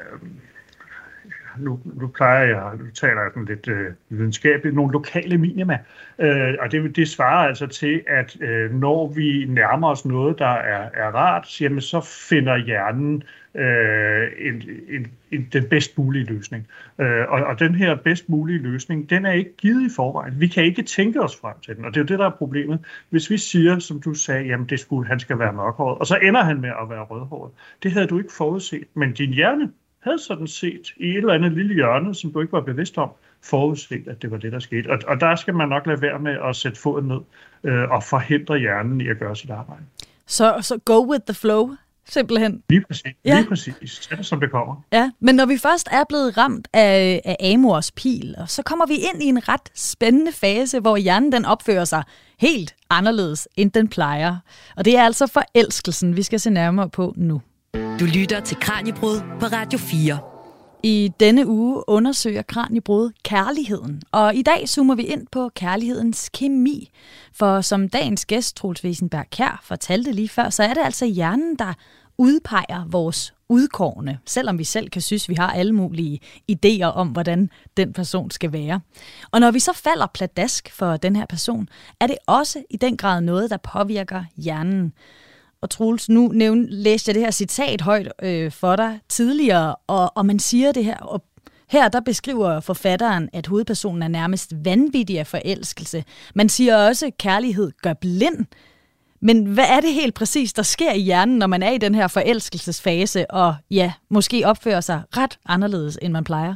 Nu, nu plejer jeg, nu taler jeg den lidt øh, videnskabeligt, nogle lokale minima. Øh, og det, det svarer altså til, at øh, når vi nærmer os noget, der er, er rart, jamen, så finder hjernen øh, en, en, en, den bedst mulige løsning. Øh, og, og den her bedst mulige løsning, den er ikke givet i forvejen. Vi kan ikke tænke os frem til den, og det er jo det, der er problemet. Hvis vi siger, som du sagde, jamen det skulle, han skal være mørkhåret, og så ender han med at være rødhåret. Det havde du ikke forudset, men din hjerne havde sådan set i et eller andet lille hjørne, som du ikke var bevidst om, forudset, at det var det, der skete. Og, og der skal man nok lade være med at sætte foden ned øh, og forhindre hjernen i at gøre sit arbejde. Så, så go with the flow, simpelthen? Lige præcis. Ja. Lige præcis. Det er, som det kommer. Ja, men når vi først er blevet ramt af, af Amors pil, så kommer vi ind i en ret spændende fase, hvor hjernen den opfører sig helt anderledes, end den plejer. Og det er altså forelskelsen, vi skal se nærmere på nu. Du lytter til Kraniebrud på Radio fire. I denne uge undersøger Kraniebrud kærligheden, og i dag zoomer vi ind på kærlighedens kemi. For som dagens gæst, Troels Wesenberg Kjær, fortalte lige før, så er det altså hjernen, der udpeger vores udkårne, selvom vi selv kan synes, vi har alle mulige idéer om, hvordan den person skal være. Og når vi så falder pladask for den her person, er det også i den grad noget, der påvirker hjernen. og Troels, nu nævnte, læste jeg det her citat højt øh, for dig tidligere, og, og man siger det her, og her der beskriver forfatteren, at hovedpersonen er nærmest vanvittig af forelskelse. Man siger også, at kærlighed gør blind. Men hvad er det helt præcis, der sker i hjernen, når man er i den her forelskelsesfase, og ja, måske opfører sig ret anderledes, end man plejer?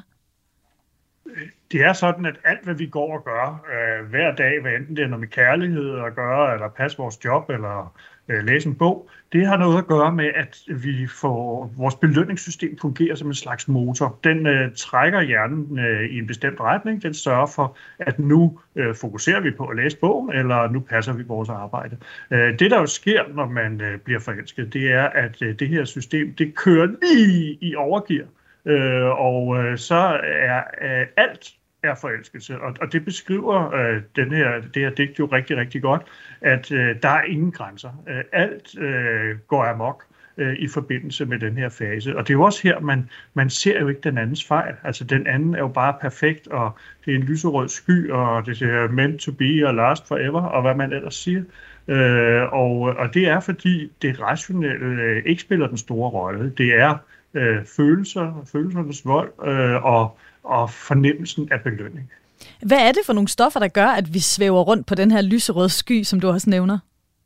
Det er sådan, at alt, hvad vi går og gør øh, hver dag, hvad enten det er noget med kærlighed at gøre, eller passe vores job, eller øh, læse en bog, det har noget at gøre med, at vi får, vores belønningssystem fungerer som en slags motor. Den øh, trækker hjernen øh, i en bestemt retning. Den sørger for, at nu øh, fokuserer vi på at læse bogen, eller nu passer vi vores arbejde. Øh, det, der jo sker, når man øh, bliver forelsket, det er, at øh, det her system, det kører lige i overgear. Øh, og øh, så er øh, alt er forelskelse, og, og det beskriver øh, den her, det her digt jo rigtig, rigtig godt, at øh, der er ingen grænser. Øh, alt øh, går amok øh, i forbindelse med den her fase, og det er jo også her, man, man ser jo ikke den andens fejl. Altså den anden er jo bare perfekt, og det er en lyserød sky, og det er meant to be og last forever, og hvad man ellers siger. Øh, og, og det er, fordi det rationelle øh, ikke spiller den store rolle. Det er øh, følelser, følelsernes vold øh, og og fornemmelsen af belønning. Hvad er det for nogle stoffer, der gør, at vi svæver rundt på den her lyserøde sky, som du også nævner?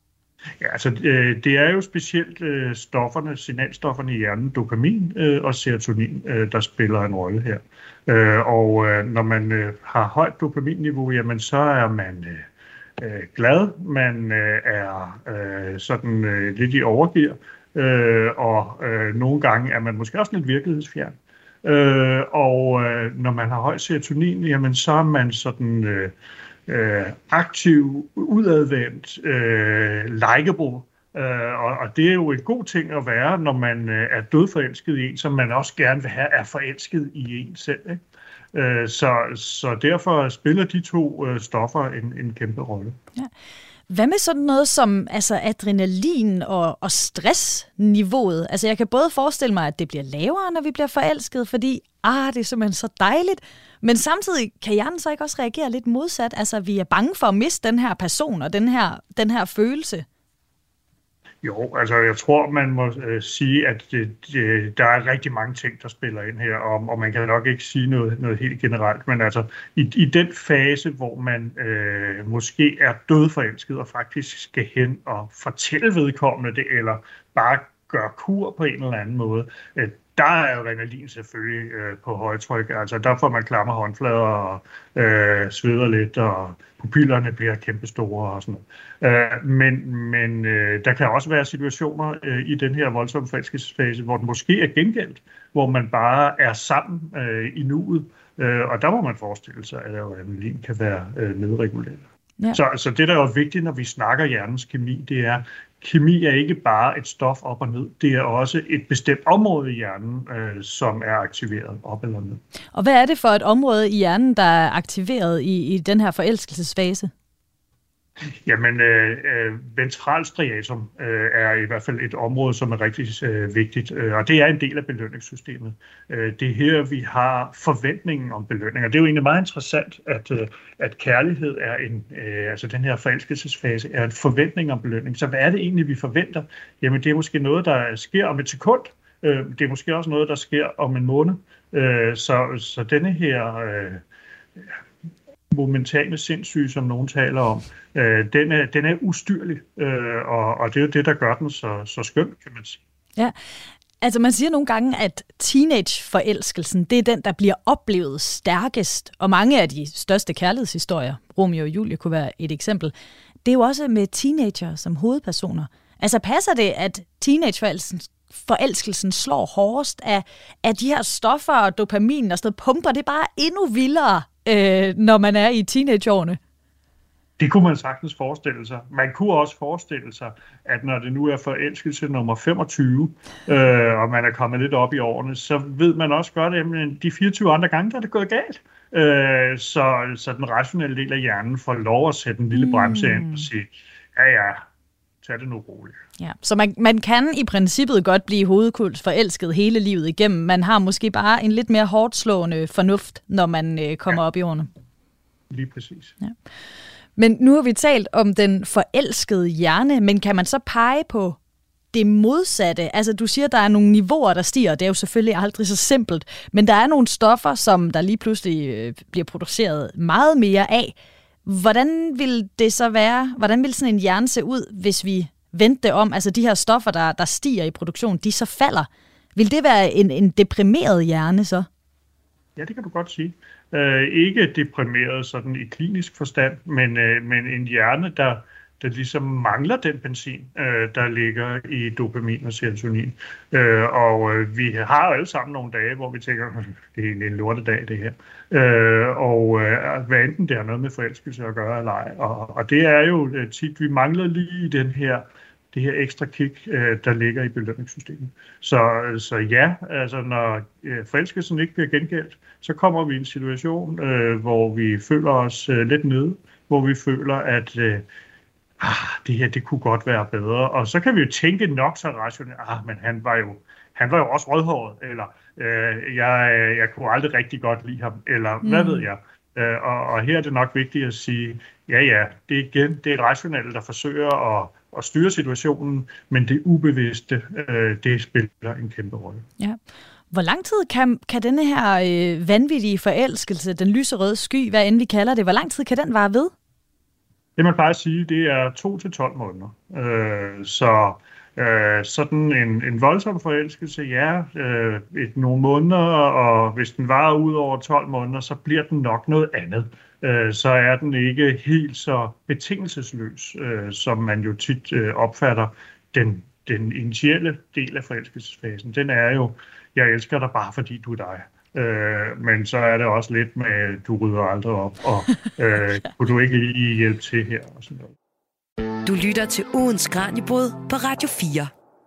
Ja, altså øh, det er jo specielt øh, stofferne, signalstofferne i hjernen, dopamin øh, og serotonin, øh, der spiller en rolle her. Øh, og øh, når man øh, har højt dopaminniveau, jamen så er man øh, øh, glad, man øh, er øh, sådan øh, lidt i overgear, øh, og øh, nogle gange er man måske også lidt virkelighedsfjern. Øh, og øh, når man har høj serotonin, jamen så er man sådan øh, øh, aktiv, udadvendt, øh, likeable. Øh, og, og det er jo en god ting at være, når man øh, er dødforelsket i en, som man også gerne vil have er forelsket i en selv. Ikke? Øh, så, så derfor spiller de to øh, stoffer en, en kæmpe rolle. Ja. Hvad med sådan noget som altså adrenalin og, og stressniveauet? Altså jeg kan både forestille mig, at det bliver lavere, når vi bliver forelsket, fordi ah, det er simpelthen så dejligt. Men samtidig kan hjernen så ikke også reagere lidt modsat? Altså vi er bange for at miste den her person og den her, den her følelse. Jo, altså jeg tror, man må øh, sige, at det, det, der er rigtig mange ting, der spiller ind her, og, og man kan nok ikke sige noget, noget helt generelt, men altså i, i den fase, hvor man øh, måske er dødforelsket og faktisk skal hen og fortælle vedkommende det, eller bare gøre kur på en eller anden måde, øh, der er adrenalin selvfølgelig øh, på højtryk. Altså der får man klamme håndflader og øh, sveder lidt, og pupillerne bliver kæmpestore og sådan noget. Øh, men men øh, der kan også være situationer øh, i den her voldsomme forelskelsesfase, hvor den måske er gengældt, hvor man bare er sammen øh, i nuet, øh, og der må man forestille sig, at adrenalin kan være øh, nedreguleret. Ja. Så, så det, der er jo vigtigt, når vi snakker hjernens kemi, det er, kemi er ikke bare et stof op og ned, det er også et bestemt område i hjernen, øh, som er aktiveret op eller ned. Og hvad er det for et område i hjernen, der er aktiveret i, i den her forelskelsesfase? Jamen, øh, øh, ventralstriatum øh, er i hvert fald et område, som er rigtig øh, vigtigt, øh, og det er en del af belønningssystemet. Øh, det er her, vi har forventningen om belønning, og det er jo egentlig meget interessant, at, øh, at kærlighed er en, øh, altså den her forelskelsesfase, er en forventning om belønning. Så hvad er det egentlig, vi forventer? Jamen, det er måske noget, der sker om et sekund. Øh, det er måske også noget, der sker om en måned. Øh, så, så denne her... Øh, momentane sindssyge, som nogen taler om, øh, den, er, den er ustyrlig, øh, og, og det er jo det, der gør den så, så skøn, kan man sige. Ja, altså man siger nogle gange, at teenage-forelskelsen, det er den, der bliver oplevet stærkest, og mange af de største kærlighedshistorier, Romeo og Julie kunne være et eksempel, det er jo også med teenager som hovedpersoner. Altså passer det, at teenage-forelskelsen forelskelsen slår hårdest af, af de her stoffer og dopamin og sådan noget, pumper det bare endnu vildere, øh, når man er i teenageårene? Det kunne man sagtens forestille sig. Man kunne også forestille sig, at når det nu er forelskelse nummer femogtyve, øh, og man er kommet lidt op i årene, så ved man også godt, at de fireogtyve andre gange, der er det gået galt. Øh, så, så den rationelle del af hjernen får lov at sætte en lille bremse mm. ind og sige, ja ja, tag det nu roligt. Ja, så man, man kan i princippet godt blive hovedkuls forelsket hele livet igennem. Man har måske bare en lidt mere hårdslående fornuft, når man øh, kommer ja. op i årene. Lige præcis. Ja. Men nu har vi talt om den forelskede hjerne, men kan man så pege på det modsatte. Altså, du siger, der er nogle niveauer, der stiger, og det er jo selvfølgelig aldrig så simpelt, men der er nogle stoffer, som der lige pludselig øh, bliver produceret meget mere af. Hvordan vil det så være? Hvordan vil sådan en hjerne se ud, hvis vi vendte det om? Altså, de her stoffer, der, der stiger i produktion, de så falder. Vil det være en, en deprimeret hjerne så? Ja, det kan du godt sige. Øh, ikke deprimeret sådan i klinisk forstand, men, øh, men en hjerne, der, der ligesom mangler den benzin, øh, der ligger i dopamin og serotonin. Øh, og øh, vi har jo alle sammen nogle dage, hvor vi tænker, det er en lortedag det her. Øh, og øh, hvad enten det har noget med forelskelse at gøre eller ej. Og, og det er jo tit, vi mangler lige den her det her ekstra kick, øh, der ligger i belønningssystemet. Så, så ja, altså når øh, forelskelsen ikke bliver gengældt, så kommer vi i en situation, øh, hvor vi føler os øh, lidt nede, hvor vi føler, at øh, ah, det her, det kunne godt være bedre. Og så kan vi jo tænke nok så rationelt, ah, men han var jo, han var jo også rødhåret, eller øh, jeg, jeg kunne aldrig rigtig godt lide ham, eller mm. hvad ved jeg. Øh, og, og her er det nok vigtigt at sige, ja ja, det er igen, det er rationelle, der forsøger at at styre situationen, men det ubevidste, øh, det spiller en kæmpe rolle. Ja. Hvor lang tid kan, kan denne her øh, vanvittige forelskelse, den lyserøde sky, hvad end vi kalder det, hvor lang tid kan den vare ved? Det man bare sige, det er to til tolv måneder. Øh, så øh, sådan en, en voldsom forelskelse, ja, øh, et, nogle måneder, og hvis den varer ud over tolv måneder, så bliver den nok noget andet. Så er den ikke helt så betingelsesløs, øh, som man jo tit øh, opfatter den, den initielle del af forelskelsesfasen. Den er jo, jeg elsker dig bare fordi du er dig. Øh, men så er det også lidt med, du rydder aldrig op, og øh, kunne du ikke lige hjælpe til her? Og sådan noget. Du lytter til ugens Kraniebrud på Radio fire.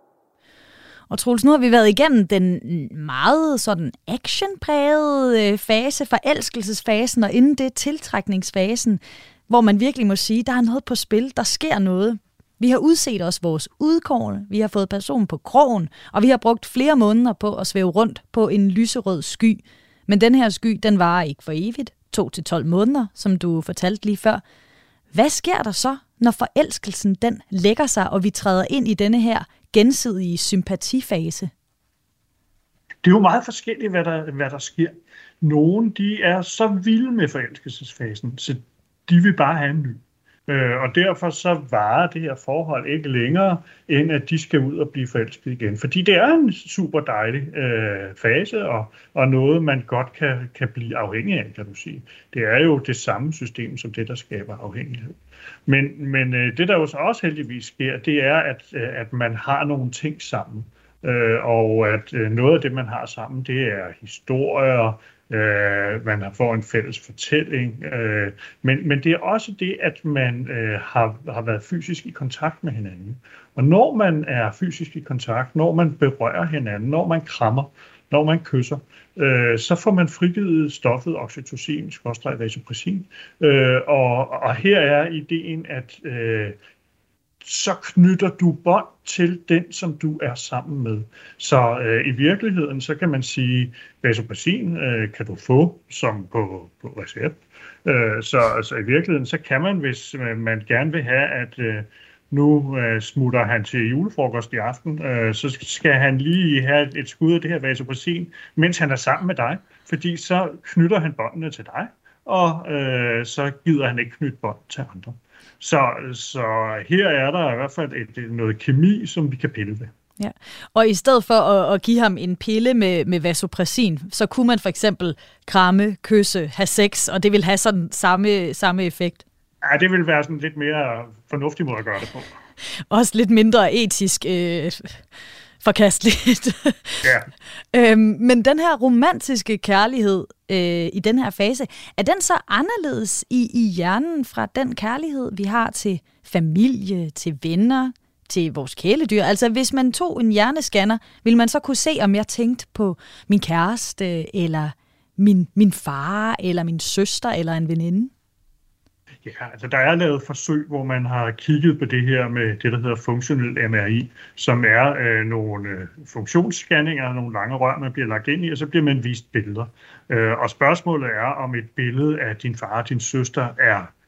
Og Troels, nu har vi været igennem den meget sådan actionprægede fase, forelskelsesfasen, og inden det tiltrækningsfasen, hvor man virkelig må sige, der er noget på spil, der sker noget. Vi har udset os vores udkårne, vi har fået personen på krogen, og vi har brugt flere måneder på at svæve rundt på en lyserød sky. Men den her sky, den varer ikke for evigt, to til tolv måneder, som du fortalte lige før. Hvad sker der så, når forelskelsen den lægger sig, og vi træder ind i denne her gensidige sympatifase? Det er jo meget forskelligt, hvad der, hvad der sker. Nogle, de er så vilde med forelskelsesfasen, så de vil bare have en ny. Øh, og derfor så varer det her forhold ikke længere, end at de skal ud og blive forelsket igen. Fordi det er en super dejlig øh, fase, og, og noget, man godt kan, kan blive afhængig af, kan du sige. Det er jo det samme system, som det, der skaber afhængighed. Men, men øh, det, der jo så også heldigvis sker, det er, at, øh, at man har nogle ting sammen. Øh, og at øh, noget af det, man har sammen, det er historier, øh, man får en fælles fortælling. Øh, men, men det er også det, at man øh, har, har været fysisk i kontakt med hinanden. Og når man er fysisk i kontakt, når man berører hinanden, når man krammer, når man kysser, øh, så får man frigivet stoffet oxytocin, skråstreg vasopressin. Øh, og, og her er ideen, at øh, så knytter du bånd til den, som du er sammen med. Så øh, i virkeligheden, så kan man sige, vasopressin øh, kan du få som på, på recept. Øh, så altså, i virkeligheden, så kan man, hvis man gerne vil have, at øh, nu øh, smutter han til julefrokost i aften, øh, så skal han lige have et skud af det her vasopressin, mens han er sammen med dig, fordi så knytter han båndene til dig, og øh, så gider han ikke knytte bånd til andre. Så, så her er der i hvert fald et, noget kemi, som vi kan pille ved. Ja. Og i stedet for at, at give ham en pille med, med vasopressin, så kunne man for eksempel kramme, kysse, have sex, og det vil have sådan samme, samme effekt. Ja, det vil være sådan lidt mere fornuftig måde at gøre det på. Også lidt mindre etisk øh, forkasteligt. Ja. øhm, men den her romantiske kærlighed øh, i den her fase, er den så anderledes i, i hjernen fra den kærlighed, vi har til familie, til venner, til vores kæledyr? Altså hvis man tog en hjernescanner, ville man så kunne se, om jeg tænkte på min kæreste, eller min, min far, eller min søster, eller en veninde? Ja, altså der er lavet forsøg, hvor man har kigget på det her med det, der hedder funktionel M R I, som er øh, nogle øh, funktionsscanninger, nogle lange rør, man bliver lagt ind i, og så bliver man vist billeder. Øh, og spørgsmålet er, om et billede af din far og din søster er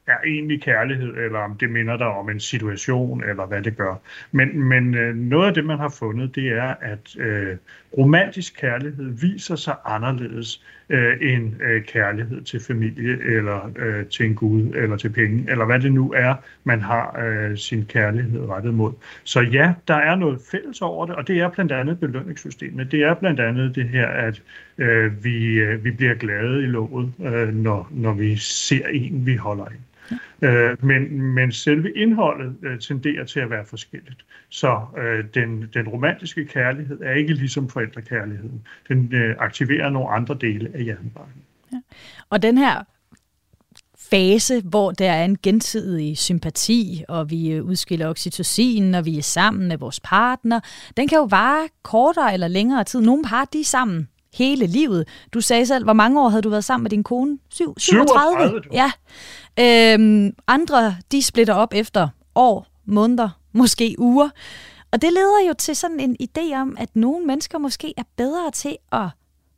er egentlig kærlighed, eller om det minder dig om en situation, eller hvad det gør. Men, men øh, noget af det, man har fundet, det er, at øh, romantisk kærlighed viser sig anderledes øh, end øh, kærlighed til familie, eller øh, til en gud, eller til penge, eller hvad det nu er, man har øh, sin kærlighed rettet mod. Så ja, der er noget fælles over det, og det er blandt andet belønningssystemet. Det er blandt andet det her, at øh, vi, øh, vi bliver glade i låget, øh, når, når vi ser en, vi holder af. Øh, men, men selve indholdet øh, tenderer til at være forskelligt. Så øh, den, den romantiske kærlighed er ikke ligesom forældrekærligheden. Den øh, aktiverer nogle andre dele af hjernebarken. Ja. Og den her fase, hvor der er en gensidig sympati, og vi udskiller oxytocin, når vi er sammen med vores partner, den kan jo vare kortere eller længere tid. Nogle par, de er sammen hele livet. Du sagde selv, hvor mange år havde du været sammen med din kone? Syv, syvogtredive? syvogtredive. Ja. Øhm, andre, de splitter op efter år, måneder, måske uger. Og det leder jo til sådan en idé om, at nogle mennesker måske er bedre til at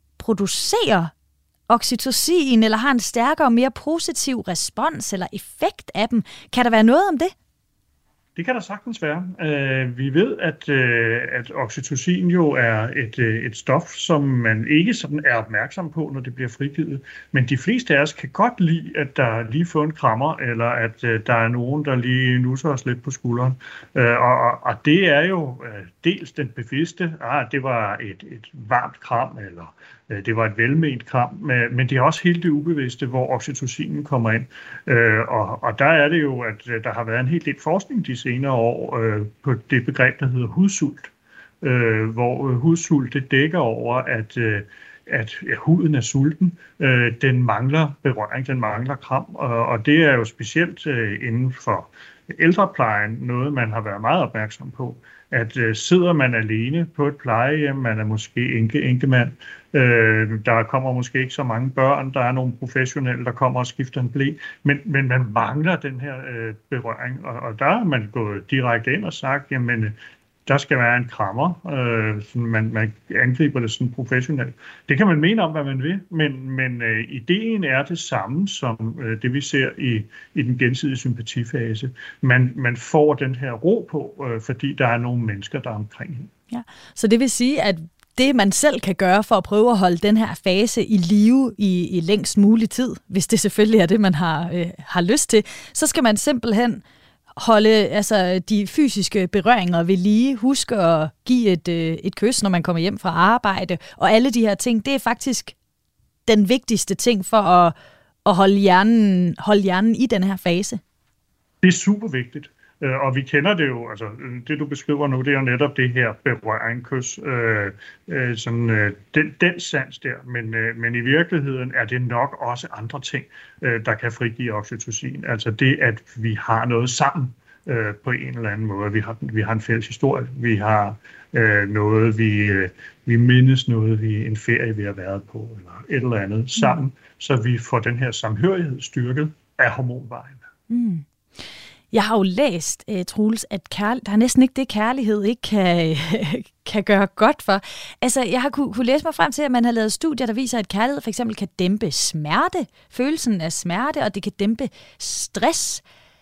producere oxytocin, eller har en stærkere, mere positiv respons eller effekt af dem. Kan der være noget om det? Det kan der sagtens være. Uh, vi ved, at, uh, at oxytocin jo er et, uh, et stof, som man ikke sådan er opmærksom på, når det bliver frigivet. Men de fleste af os kan godt lide, at der lige får en krammer, eller at uh, der er nogen, der lige nusser os lidt på skulderen. Uh, og, og, og det er jo uh, dels den bevidste, ah, det var et, et varmt kram, eller uh, det var et velment kram, men det er også helt det ubevidste, hvor oxytocinen kommer ind. Uh, og, og der er det jo, at uh, der har været en hel del forskning de senere år øh, på det begreb, der hedder hudsult, øh, hvor øh, hudsult det dækker over, at, øh, at ja, huden er sulten, øh, den mangler berøring, den mangler kram, og, og det er jo specielt øh, inden for ældreplejen noget, man har været meget opmærksom på, at øh, sidder man alene på et plejehjem, man er måske enke, enkemand, øh, der kommer måske ikke så mange børn, der er nogle professionelle, der kommer og skifter en ble, men, men man mangler den her øh, berøring, og, og der er man gået direkte ind og sagt, jamen der skal være en krammer, øh, sådan man, man angriber det sådan professionelt. Det kan man mene om, hvad man vil, men, men øh, ideen er det samme som øh, det, vi ser i, i den gensidige sympatifase. Man, man får den her ro på, øh, fordi der er nogle mennesker, der er omkring hende. Ja. Så det vil sige, at det, man selv kan gøre for at prøve at holde den her fase i live i, i længst mulig tid, hvis det selvfølgelig er det, man har, øh, har lyst til, så skal man simpelthen holde altså, de fysiske berøringer ved lige. Husk at give et, øh, et kys, når man kommer hjem fra arbejde. Og alle de her ting, det er faktisk den vigtigste ting for at, at holde, hjernen, holde hjernen i den her fase. Det er super vigtigt. Og vi kender det jo, altså det du beskriver nu, det er jo netop det her berøring, kys, øh, øh, sådan, øh, den, den sans der, men, øh, men i virkeligheden er det nok også andre ting, øh, der kan frigive oxytocin. Altså det, at vi har noget sammen øh, på en eller anden måde. Vi har, vi har en fælles historie, vi har øh, noget, vi, øh, vi mindes noget, vi en ferie, vi har været på, eller et eller andet sammen, mm. så vi får den her samhørighed styrket af hormonvejen. Mm. Jeg har jo læst, uh, Troels, at kærl- der er næsten ikke det, kærlighed ikke kan, kan gøre godt for. Altså, jeg har kunne, kunne læse mig frem til, at man har lavet studier, der viser, at kærlighed for eksempel kan dæmpe smerte, følelsen af smerte, og det kan dæmpe stress.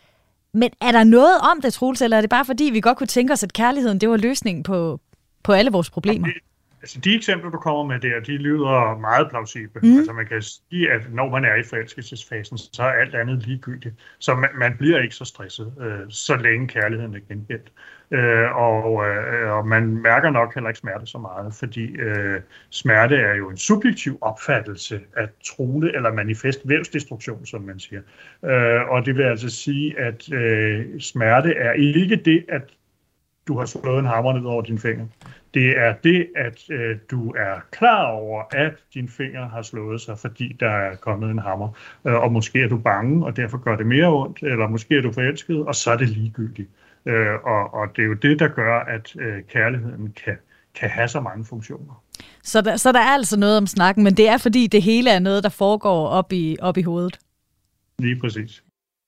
Men er der noget om det, Troels, eller er det bare fordi, vi godt kunne tænke os, at kærligheden, det var løsningen på, på alle vores problemer? Altså de eksempler, du kommer med der, de lyder meget plausible. Mm. Altså man kan sige, at når man er i forelskelsesfasen, så er alt andet ligegyldigt. Så man, man bliver ikke så stresset, øh, så længe kærligheden er gengældt. Øh, og, øh, og man mærker nok heller ikke smerte så meget, fordi øh, smerte er jo en subjektiv opfattelse af truende eller manifest vævsdestruktion, som man siger. Øh, og det vil altså sige, at øh, smerte er ikke det, at du har slået en hammer ned over dine fingre. Det er det, at øh, du er klar over, at dine fingre har slået sig, fordi der er kommet en hammer. Øh, og måske er du bange, og derfor gør det mere ondt, eller måske er du forelsket, og så er det ligegyldigt. Øh, og, og det er jo det, der gør, at øh, kærligheden kan, kan have så mange funktioner. Så der, så der er altså noget om snakken, men det er fordi, det hele er noget, der foregår op i, op i hovedet? Lige præcis.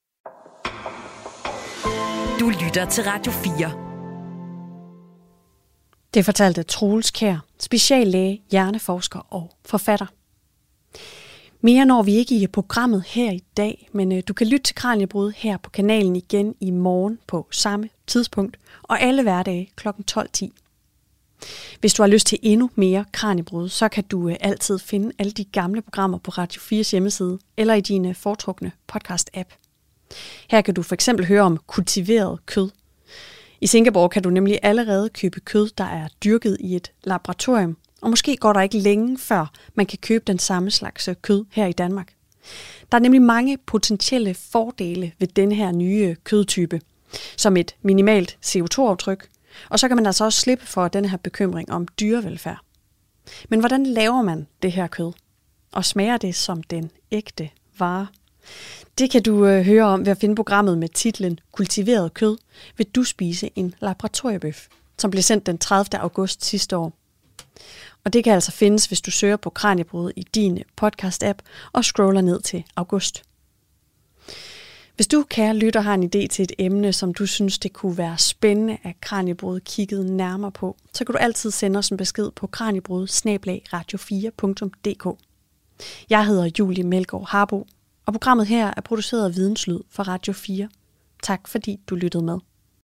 Du lytter til Radio fire. Det fortalte Troels Kjær, speciallæge, hjerneforsker og forfatter. Mere når vi ikke i programmet her i dag, men øh, du kan lytte til Kraniebrud her på kanalen igen i morgen på samme tidspunkt, og alle hverdage klokken tolv ti. Hvis du har lyst til endnu mere Kraniebrud, så kan du øh, altid finde alle de gamle programmer på Radio fires hjemmeside eller i dine foretrukne podcast-app. Her kan du for eksempel høre om kultiveret kød. I Singapore kan du nemlig allerede købe kød, der er dyrket i et laboratorium, og måske går der ikke længe før man kan købe den samme slags kød her i Danmark. Der er nemlig mange potentielle fordele ved denne her nye kødtype, som et minimalt C O to aftryk, og så kan man altså også slippe for denne her bekymring om dyrevelfærd. Men hvordan laver man det her kød? Og smager det som den ægte vare? Det kan du øh, høre om ved at finde programmet med titlen Kultiveret kød, vil du spise en laboratoriebøf, som blev sendt den tredivte august sidste år. Og det kan altså findes, hvis du søger på Kraniebrud i din podcast-app og scroller ned til august. Hvis du, kære lytter, har en idé til et emne, som du synes, det kunne være spændende, at Kraniebrud kiggede nærmere på, så kan du altid sende os en besked på kraniebrud snabel-a radio fire punktum d k. Jeg hedder Julie Melgaard Harbo, og programmet her er produceret af Videnslyd for Radio fire. Tak fordi du lyttede med.